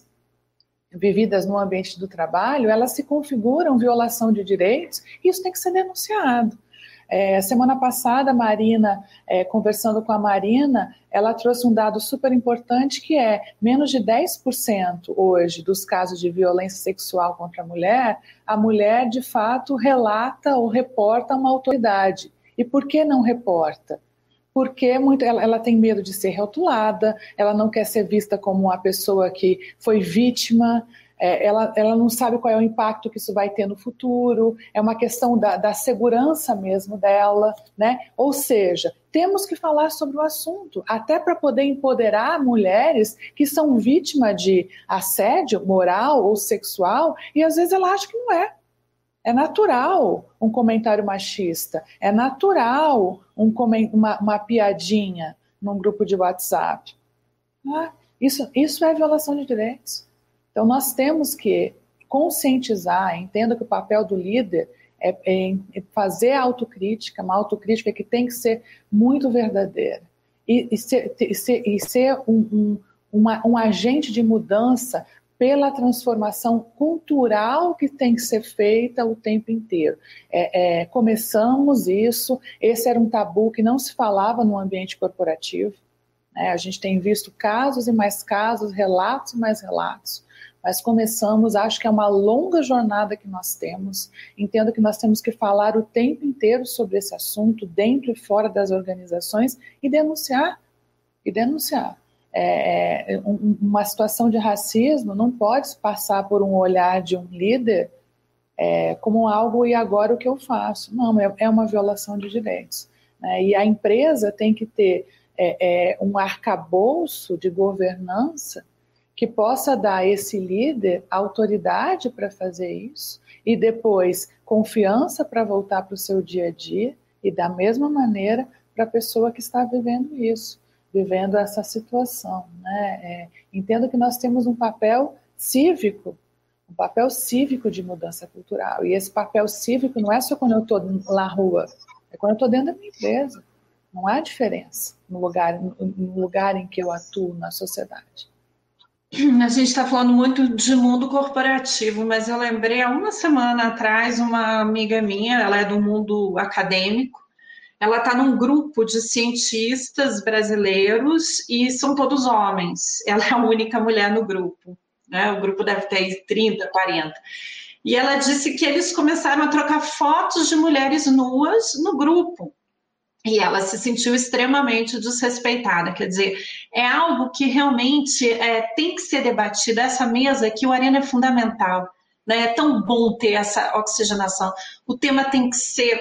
vividas no ambiente do trabalho, elas se configuram violação de direitos, e isso tem que ser denunciado. É, semana passada, a Marina, é, conversando com a Marina, ela trouxe um dado super importante, que é menos de dez por cento hoje dos casos de violência sexual contra a mulher, a mulher de fato relata ou reporta a uma autoridade. E por que não reporta? Porque muito, ela, ela tem medo de ser rotulada, ela não quer ser vista como uma pessoa que foi vítima, é, ela, ela não sabe qual é o impacto que isso vai ter no futuro, é uma questão da, da segurança mesmo dela, né? Ou seja, temos que falar sobre o assunto, até para poder empoderar mulheres que são vítimas de assédio moral ou sexual, e às vezes ela acha que não é. É natural um comentário machista, é natural um, uma, uma piadinha num grupo de WhatsApp. Ah, isso, isso é violação de direitos. Então, nós temos que conscientizar, entenda que o papel do líder é, é fazer a autocrítica, uma autocrítica que tem que ser muito verdadeira, e, e ser, e ser, e ser um, um, uma, um agente de mudança pela transformação cultural que tem que ser feita o tempo inteiro. É, é, começamos isso, esse era um tabu que não se falava no ambiente corporativo, né? A gente tem visto casos e mais casos, relatos e mais relatos, mas começamos, acho que é uma longa jornada que nós temos, entendo que nós temos que falar o tempo inteiro sobre esse assunto, dentro e fora das organizações, e denunciar, e denunciar. É, uma situação de racismo não pode passar por um olhar de um líder é, como algo, e agora o que eu faço? Não, é, é uma violação de direitos, né? E a empresa tem que ter é, é, um arcabouço de governança que possa dar a esse líder autoridade para fazer isso, e depois confiança para voltar para o seu dia a dia, e da mesma maneira para a pessoa que está vivendo isso, vivendo essa situação, né? É, entendo que nós temos um papel cívico, um papel cívico de mudança cultural, e esse papel cívico não é só quando eu estou na rua, é quando eu estou dentro da minha empresa. Não há diferença no lugar, no lugar em que eu atuo na sociedade. A gente está falando muito de mundo corporativo, mas eu lembrei há uma semana atrás, uma amiga minha, ela é do mundo acadêmico, ela está num grupo de cientistas brasileiros e são todos homens. Ela é a única mulher no grupo, né? O grupo deve ter trinta, quarenta. E ela disse que eles começaram a trocar fotos de mulheres nuas no grupo. E ela se sentiu extremamente desrespeitada. Quer dizer, é algo que realmente é, tem que ser debatido. Essa mesa aqui, o Arena é fundamental, né? É tão bom ter essa oxigenação. O tema tem que ser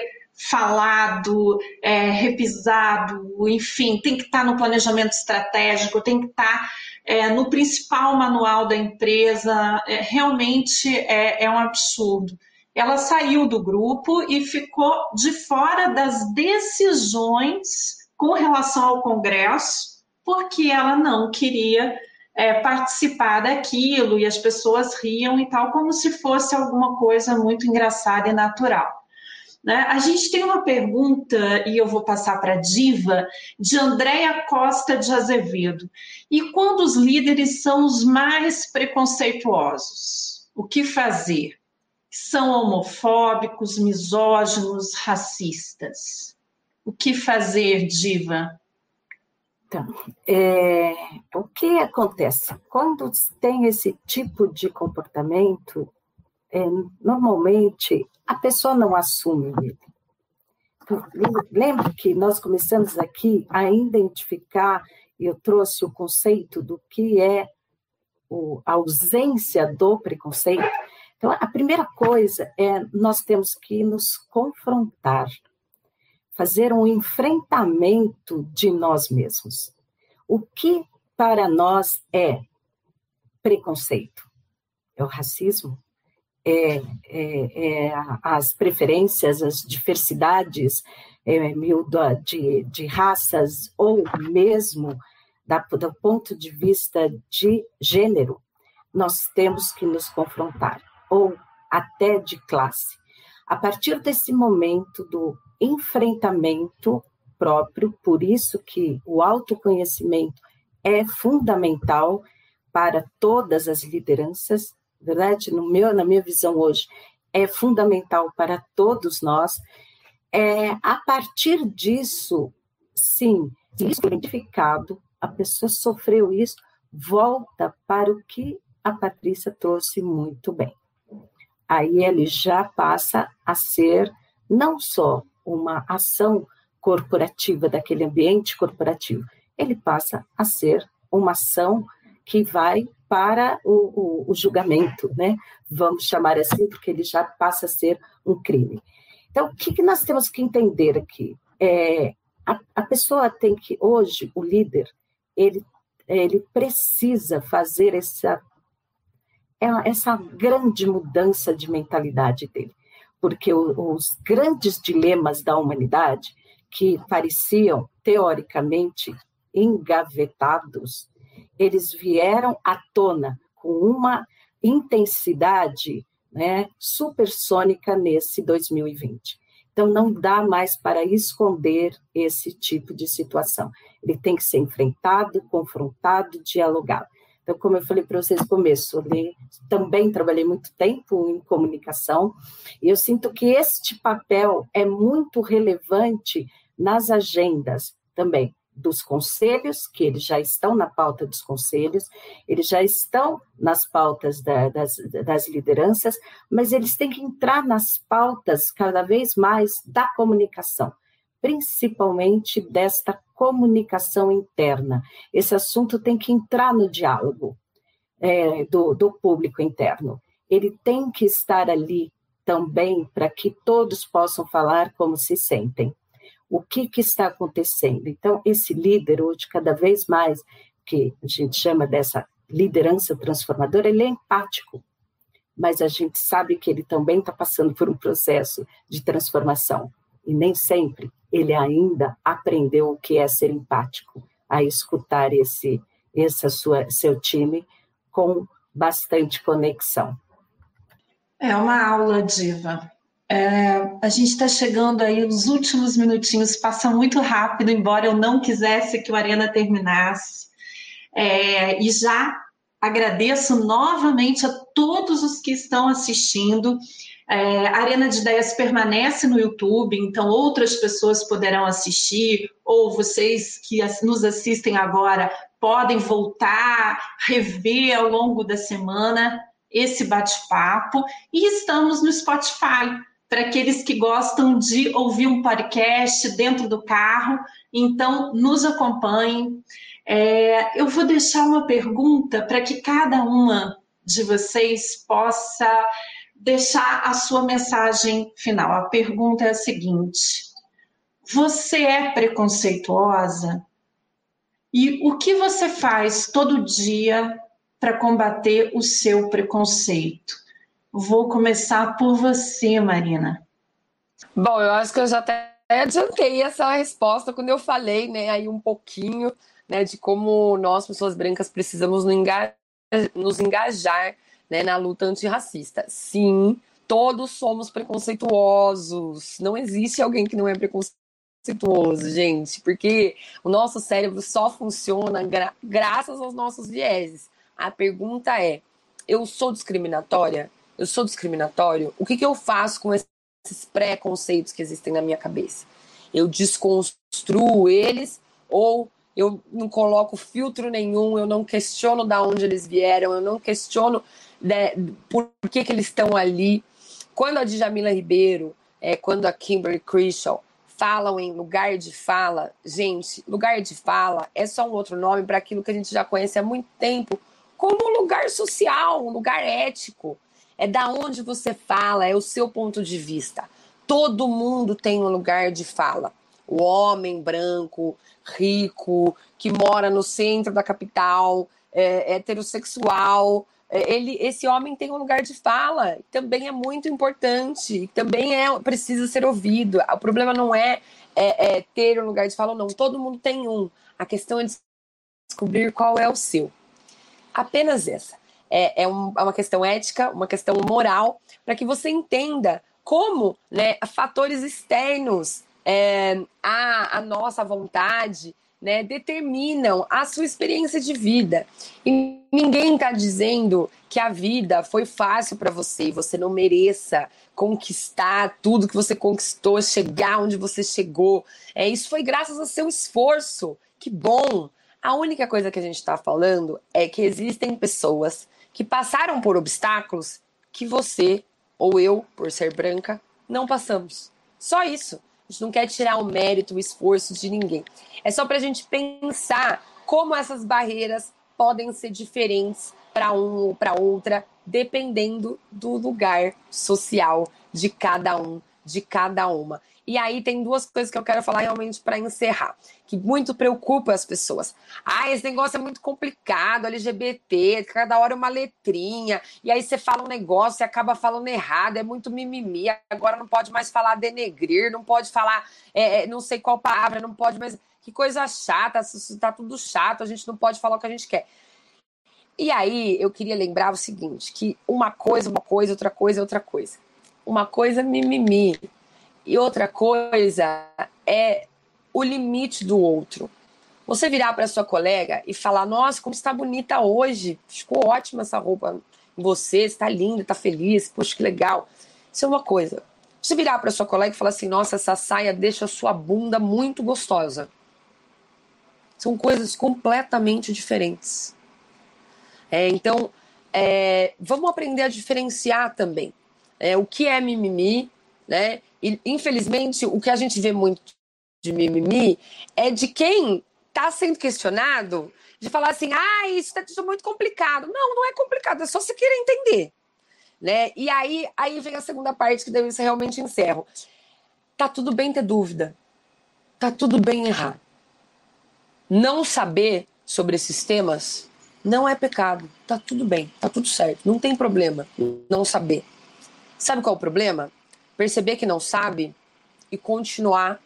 falado, é, repisado, enfim, tem que estar no planejamento estratégico, tem que estar é, no principal manual da empresa. É, realmente é, é um absurdo. Ela saiu do grupo e ficou de fora das decisões com relação ao Congresso, porque ela não queria é, participar daquilo, e as pessoas riam e tal, como se fosse alguma coisa muito engraçada e natural. Né? A gente tem uma pergunta, e eu vou passar para a Diva, de Andréia Costa de Azevedo. E quando os líderes são os mais preconceituosos, o que fazer? São homofóbicos, misóginos, racistas. O que fazer, Diva? Então, é, o que acontece? Quando tem esse tipo de comportamento, é, normalmente a pessoa não assume ele. Lembra que nós começamos aqui a identificar, e eu trouxe o conceito do que é o, a ausência do preconceito. Então, a primeira coisa é nós temos que nos confrontar, fazer um enfrentamento de nós mesmos. O que para nós é preconceito? É o racismo? É, é, é as preferências, as diversidades é, de, de raças, ou mesmo da, do ponto de vista de gênero, nós temos que nos confrontar, ou até de classe. A partir desse momento do enfrentamento próprio, por isso que o autoconhecimento é fundamental para todas as lideranças, verdade? No meu, na minha visão hoje, é fundamental para todos nós. É, a partir disso, sim, isso é identificado, a pessoa sofreu isso, volta para o que a Patrícia trouxe muito bem. Aí ele já passa a ser não só uma ação corporativa daquele ambiente corporativo, ele passa a ser uma ação que vai para o, o, o julgamento, né? Vamos chamar assim, porque ele já passa a ser um crime. Então, o que, que nós temos que entender aqui? É, a, a pessoa tem que, hoje, o líder, ele, ele precisa fazer essa, essa grande mudança de mentalidade dele, porque o, os grandes dilemas da humanidade, que pareciam, teoricamente, engavetados, eles vieram à tona com uma intensidade, né, supersônica nesse dois mil e vinte. Então, não dá mais para esconder esse tipo de situação. Ele tem que ser enfrentado, confrontado, dialogado. Então, como eu falei para vocês no começo, eu também trabalhei muito tempo em comunicação, e eu sinto que este papel é muito relevante nas agendas também dos conselhos, que eles já estão na pauta dos conselhos, eles já estão nas pautas da, das, das lideranças, mas eles têm que entrar nas pautas cada vez mais da comunicação, principalmente desta comunicação interna. Esse assunto tem que entrar no diálogo é, do, do público interno. Ele tem que estar ali também para que todos possam falar como se sentem. O que, que está acontecendo? Então, esse líder, hoje, cada vez mais, que a gente chama dessa liderança transformadora, ele é empático, mas a gente sabe que ele também está passando por um processo de transformação, e nem sempre ele ainda aprendeu o que é ser empático, a escutar esse, essa sua, seu time com bastante conexão. É uma aula, Diva. É, a gente está chegando aí, os últimos minutinhos passam muito rápido, embora eu não quisesse que o Arena terminasse. É, e já agradeço novamente a todos os que estão assistindo. É, a Arena de Ideias permanece no YouTube, então outras pessoas poderão assistir, ou vocês que nos assistem agora podem voltar, rever ao longo da semana esse bate-papo. E estamos no Spotify, para aqueles que gostam de ouvir um podcast dentro do carro, então nos acompanhem. É, eu vou deixar uma pergunta para que cada uma de vocês possa deixar a sua mensagem final. A pergunta é a seguinte: você é preconceituosa? E o que você faz todo dia para combater o seu preconceito? Vou começar por você, Marina. Bom, eu acho que eu já até adiantei essa resposta quando eu falei, né, aí um pouquinho né, de como nós, pessoas brancas, precisamos nos engajar, nos engajar, né, na luta antirracista. Sim, todos somos preconceituosos. Não existe alguém que não é preconceituoso, gente, porque o nosso cérebro só funciona gra- graças aos nossos vieses. A pergunta é, eu sou discriminatória? Eu sou discriminatório? O que, que eu faço com esses preconceitos que existem na minha cabeça? Eu desconstruo eles ou eu não coloco filtro nenhum, eu não questiono de onde eles vieram, eu não questiono né, por que, que eles estão ali. Quando a Djamila Ribeiro, é, quando a Kimberly Crenshaw falam em lugar de fala, gente, lugar de fala é só um outro nome para aquilo que a gente já conhece há muito tempo como um lugar social, um lugar ético. É da onde você fala, é o seu ponto de vista. Todo mundo tem um lugar de fala. O homem branco, rico, que mora no centro da capital, é, heterossexual, é, ele, esse homem tem um lugar de fala, também é muito importante, também é, precisa ser ouvido. O problema não é, é, é ter um lugar de fala ou não, todo mundo tem um. A questão é descobrir qual é o seu. Apenas essa. É, é, um, é uma questão ética, uma questão moral, para que você entenda como né, fatores externos é, à, à nossa vontade né, determinam a sua experiência de vida. E ninguém está dizendo que a vida foi fácil para você, você não mereça conquistar tudo que você conquistou, chegar onde você chegou. É, isso foi graças ao seu esforço. Que bom! A única coisa que a gente está falando é que existem pessoas que passaram por obstáculos que você ou eu, por ser branca, não passamos. Só isso. A gente não quer tirar o mérito, o esforço de ninguém. É só para a gente pensar como essas barreiras podem ser diferentes para um ou para outra, dependendo do lugar social de cada um, de cada uma. E aí tem duas coisas que eu quero falar realmente para encerrar, que muito preocupa as pessoas. Ah, esse negócio é muito complicado, L G B T, cada hora uma letrinha, e aí você fala um negócio e acaba falando errado, é muito mimimi, agora não pode mais falar denegrir, não pode falar é, não sei qual palavra, não pode mais... Que coisa chata, tá tudo chato, a gente não pode falar o que a gente quer. E aí eu queria lembrar o seguinte, que uma coisa, uma coisa, outra coisa, outra coisa. Uma coisa é mimimi. E outra coisa é o limite do outro. Você virar para sua colega e falar, nossa, como você está bonita hoje, ficou ótima essa roupa em você, você está linda, está feliz, poxa, que legal. Isso é uma coisa. Você virar para sua colega e falar assim, nossa, essa saia deixa a sua bunda muito gostosa. São coisas completamente diferentes. É, então, é, vamos aprender a diferenciar também é, o que é mimimi, né? E, infelizmente, o que a gente vê muito de mimimi é de quem está sendo questionado de falar assim, ah, isso está muito complicado. Não, não é complicado, é só você querer entender. Né? E aí, aí vem a segunda parte que daí eu realmente encerro. Tá tudo bem ter dúvida. Tá tudo bem errar. Não saber sobre esses temas não é pecado. Tá tudo bem, tá tudo certo. Não tem problema não saber. Sabe qual é o problema? Perceber que não sabe e continuar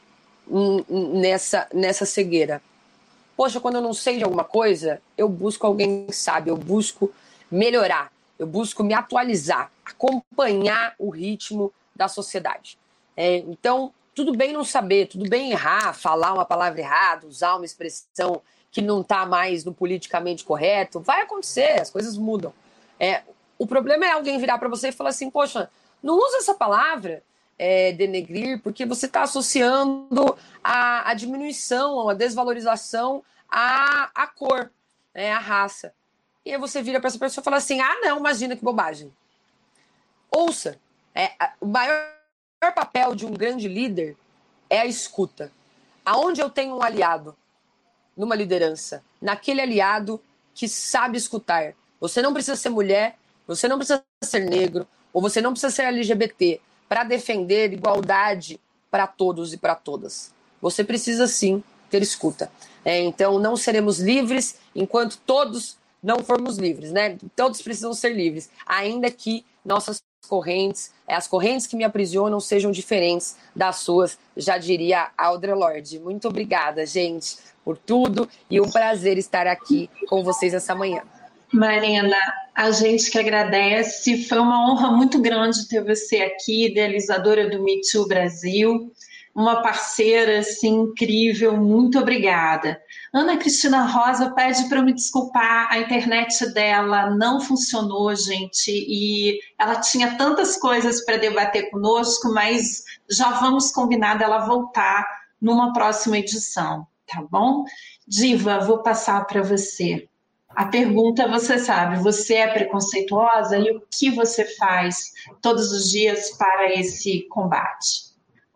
nessa, nessa cegueira. Poxa, quando eu não sei de alguma coisa, eu busco alguém que sabe, eu busco melhorar, eu busco me atualizar, acompanhar o ritmo da sociedade. É, então, tudo bem não saber, tudo bem errar, falar uma palavra errada, usar uma expressão que não está mais no politicamente correto, vai acontecer, as coisas mudam. É, o problema é alguém virar para você e falar assim, poxa, não usa essa palavra, é, denegrir, porque você está associando a, a diminuição, a desvalorização à, à cor, né, à raça. E aí você vira para essa pessoa e fala assim, ah, não, imagina que bobagem. Ouça, é, o maior papel de um grande líder é a escuta. Aonde eu tenho um aliado numa liderança, naquele aliado que sabe escutar. Você não precisa ser mulher, você não precisa ser negro, ou você não precisa ser L G B T para defender igualdade para todos e para todas. Você precisa sim ter escuta. É, então não seremos livres enquanto todos não formos livres, né? Todos precisam ser livres, ainda que nossas correntes, as correntes que me aprisionam sejam diferentes das suas, já diria Audre Lorde. Muito obrigada, gente, por tudo e um prazer estar aqui com vocês essa manhã. Marina, a gente que agradece, foi uma honra muito grande ter você aqui, idealizadora do Me Too Brasil, uma parceira assim, incrível, muito obrigada. Ana Cristina Rosa pede para eu me desculpar, a internet dela não funcionou, gente, e ela tinha tantas coisas para debater conosco, mas já vamos combinar dela voltar numa próxima edição, tá bom? Diva, vou passar para você. A pergunta, você sabe, você é preconceituosa e o que você faz todos os dias para esse combate?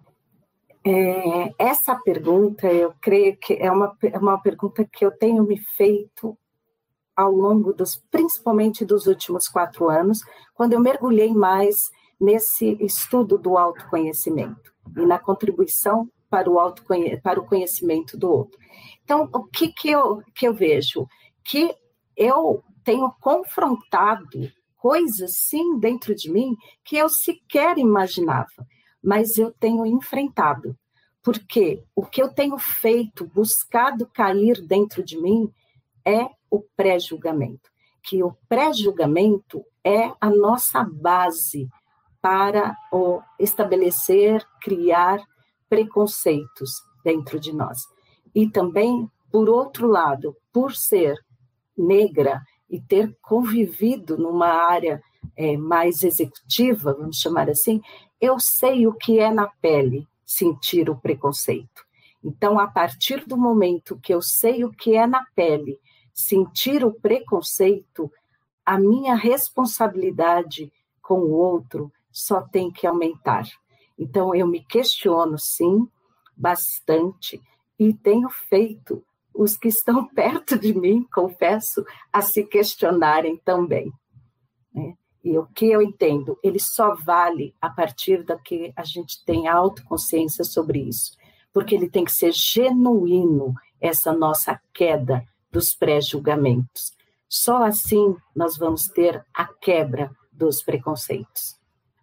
É, essa pergunta, eu creio que é uma, é uma pergunta que eu tenho me feito ao longo dos, principalmente dos últimos quatro anos, quando eu mergulhei mais nesse estudo do autoconhecimento e na contribuição para o, autoconhe- para o conhecimento do outro. Então, o que, que, eu, que eu vejo? Que eu tenho confrontado coisas, sim, dentro de mim, que eu sequer imaginava, mas eu tenho enfrentado. Porque o que eu tenho feito, buscado cair dentro de mim, é o pré-julgamento. Que o pré-julgamento é a nossa base para o estabelecer, criar preconceitos dentro de nós. E também, por outro lado, por ser negra e ter convivido numa área é, mais executiva, vamos chamar assim, eu sei o que é na pele sentir o preconceito. Então, a partir do momento que eu sei o que é na pele sentir o preconceito, a minha responsabilidade com o outro só tem que aumentar. Então, eu me questiono, sim, bastante, e tenho feito os que estão perto de mim, confesso, a se questionarem também. Né? E o que eu entendo, ele só vale a partir da que a gente tem autoconsciência sobre isso, porque ele tem que ser genuíno, essa nossa queda dos pré-julgamentos. Só assim nós vamos ter a quebra dos preconceitos.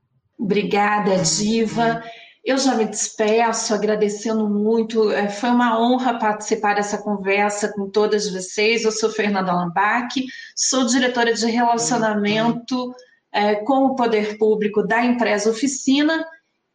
Obrigada, Diva. Eu já me despeço, agradecendo muito. Foi uma honra participar dessa conversa com todas vocês. Eu sou Fernanda Lambach, sou diretora de relacionamento é, com o poder público da Empresa Oficina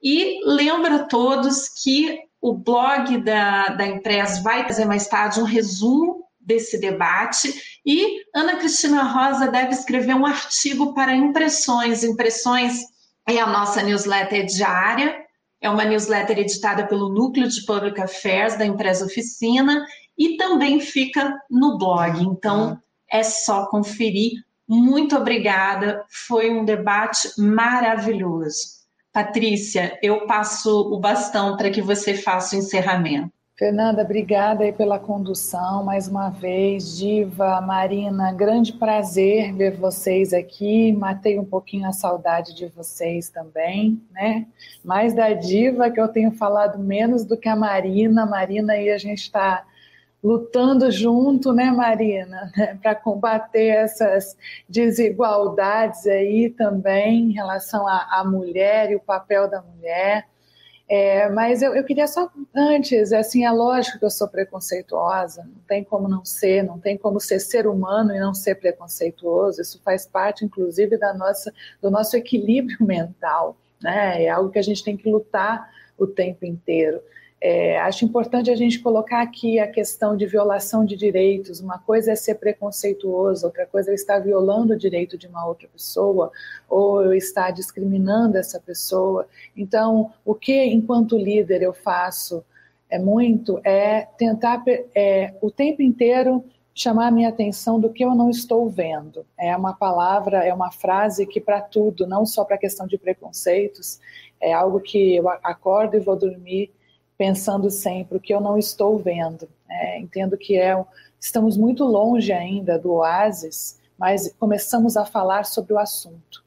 e lembro a todos que o blog da, da Empresa vai trazer mais tarde um resumo desse debate e Ana Cristina Rosa deve escrever um artigo para impressões. Impressões é a nossa newsletter diária, é uma newsletter editada pelo Núcleo de Public Affairs da Empresa Oficina e também fica no blog, então é só conferir. Muito obrigada, foi um debate maravilhoso. Patrícia, eu passo o bastão para que você faça o encerramento. Fernanda, obrigada aí pela condução, mais uma vez. Diva, Marina, grande prazer ver vocês aqui, matei um pouquinho a saudade de vocês também, né? Mais da Diva, que eu tenho falado menos do que a Marina, Marina e a gente está lutando junto, né, Marina, para combater essas desigualdades aí também em relação à, à mulher e o papel da mulher. É, mas eu, eu queria só, antes, assim, é lógico que eu sou preconceituosa, não tem como não ser, não tem como ser ser humano e não ser preconceituoso, isso faz parte, inclusive, da nossa, do nosso equilíbrio mental, né? É algo que a gente tem que lutar o tempo inteiro. É, acho importante a gente colocar aqui a questão de violação de direitos. Uma coisa é ser preconceituoso, outra coisa é estar violando o direito de uma outra pessoa ou eu estar discriminando essa pessoa. Então, o que enquanto líder eu faço é muito é tentar é, o tempo inteiro chamar a minha atenção do que eu não estou vendo. É uma palavra, é uma frase que para tudo, não só para a questão de preconceitos, é algo que eu acordo e vou dormir pensando sempre o que eu não estou vendo. É, entendo que é, estamos muito longe ainda do oásis, mas começamos a falar sobre o assunto.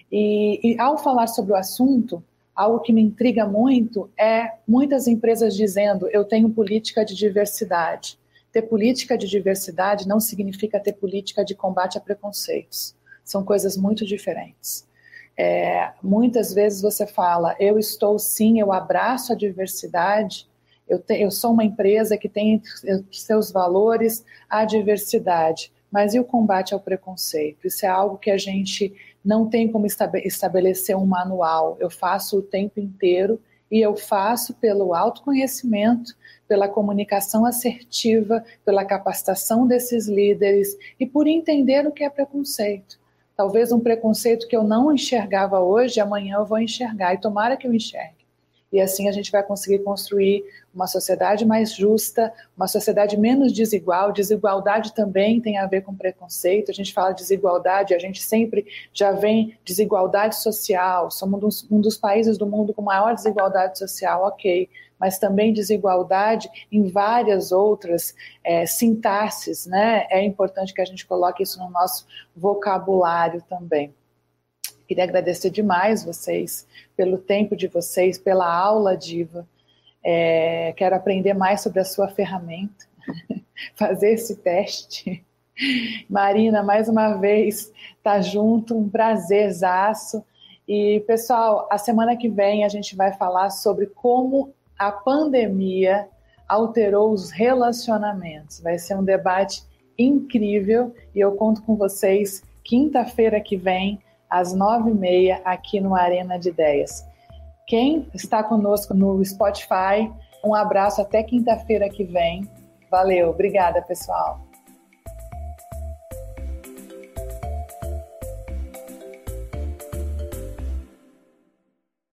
E, e ao falar sobre o assunto, algo que me intriga muito é muitas empresas dizendo eu tenho política de diversidade. Ter política de diversidade não significa ter política de combate a preconceitos. São coisas muito diferentes. É, muitas vezes você fala, eu estou sim, eu abraço a diversidade, eu, te, eu sou uma empresa que tem entre seus valores a diversidade, mas e o combate ao preconceito? Isso é algo que a gente não tem como estabelecer um manual, eu faço o tempo inteiro e eu faço pelo autoconhecimento, pela comunicação assertiva, pela capacitação desses líderes e por entender o que é preconceito. Talvez um preconceito que eu não enxergava hoje, amanhã eu vou enxergar, e tomara que eu enxergue. E assim a gente vai conseguir construir uma sociedade mais justa, uma sociedade menos desigual. Desigualdade também tem a ver com preconceito. A gente fala de desigualdade, a gente sempre já vem desigualdade social. Somos um dos, um dos países do mundo com maior desigualdade social, ok. Mas também desigualdade em várias outras é, sintaxes, né? É importante que a gente coloque isso no nosso vocabulário também. Queria agradecer demais vocês, pelo tempo de vocês, pela aula, Diva. É, quero aprender mais sobre a sua ferramenta, fazer esse teste. Marina, mais uma vez, tá junto, um prazerzaço. E, pessoal, a semana que vem a gente vai falar sobre como a pandemia alterou os relacionamentos. Vai ser um debate incrível e eu conto com vocês quinta-feira que vem, às nove e meia, aqui no Arena de Ideias. Quem está conosco no Spotify, um abraço até quinta-feira que vem. Valeu, obrigada, pessoal.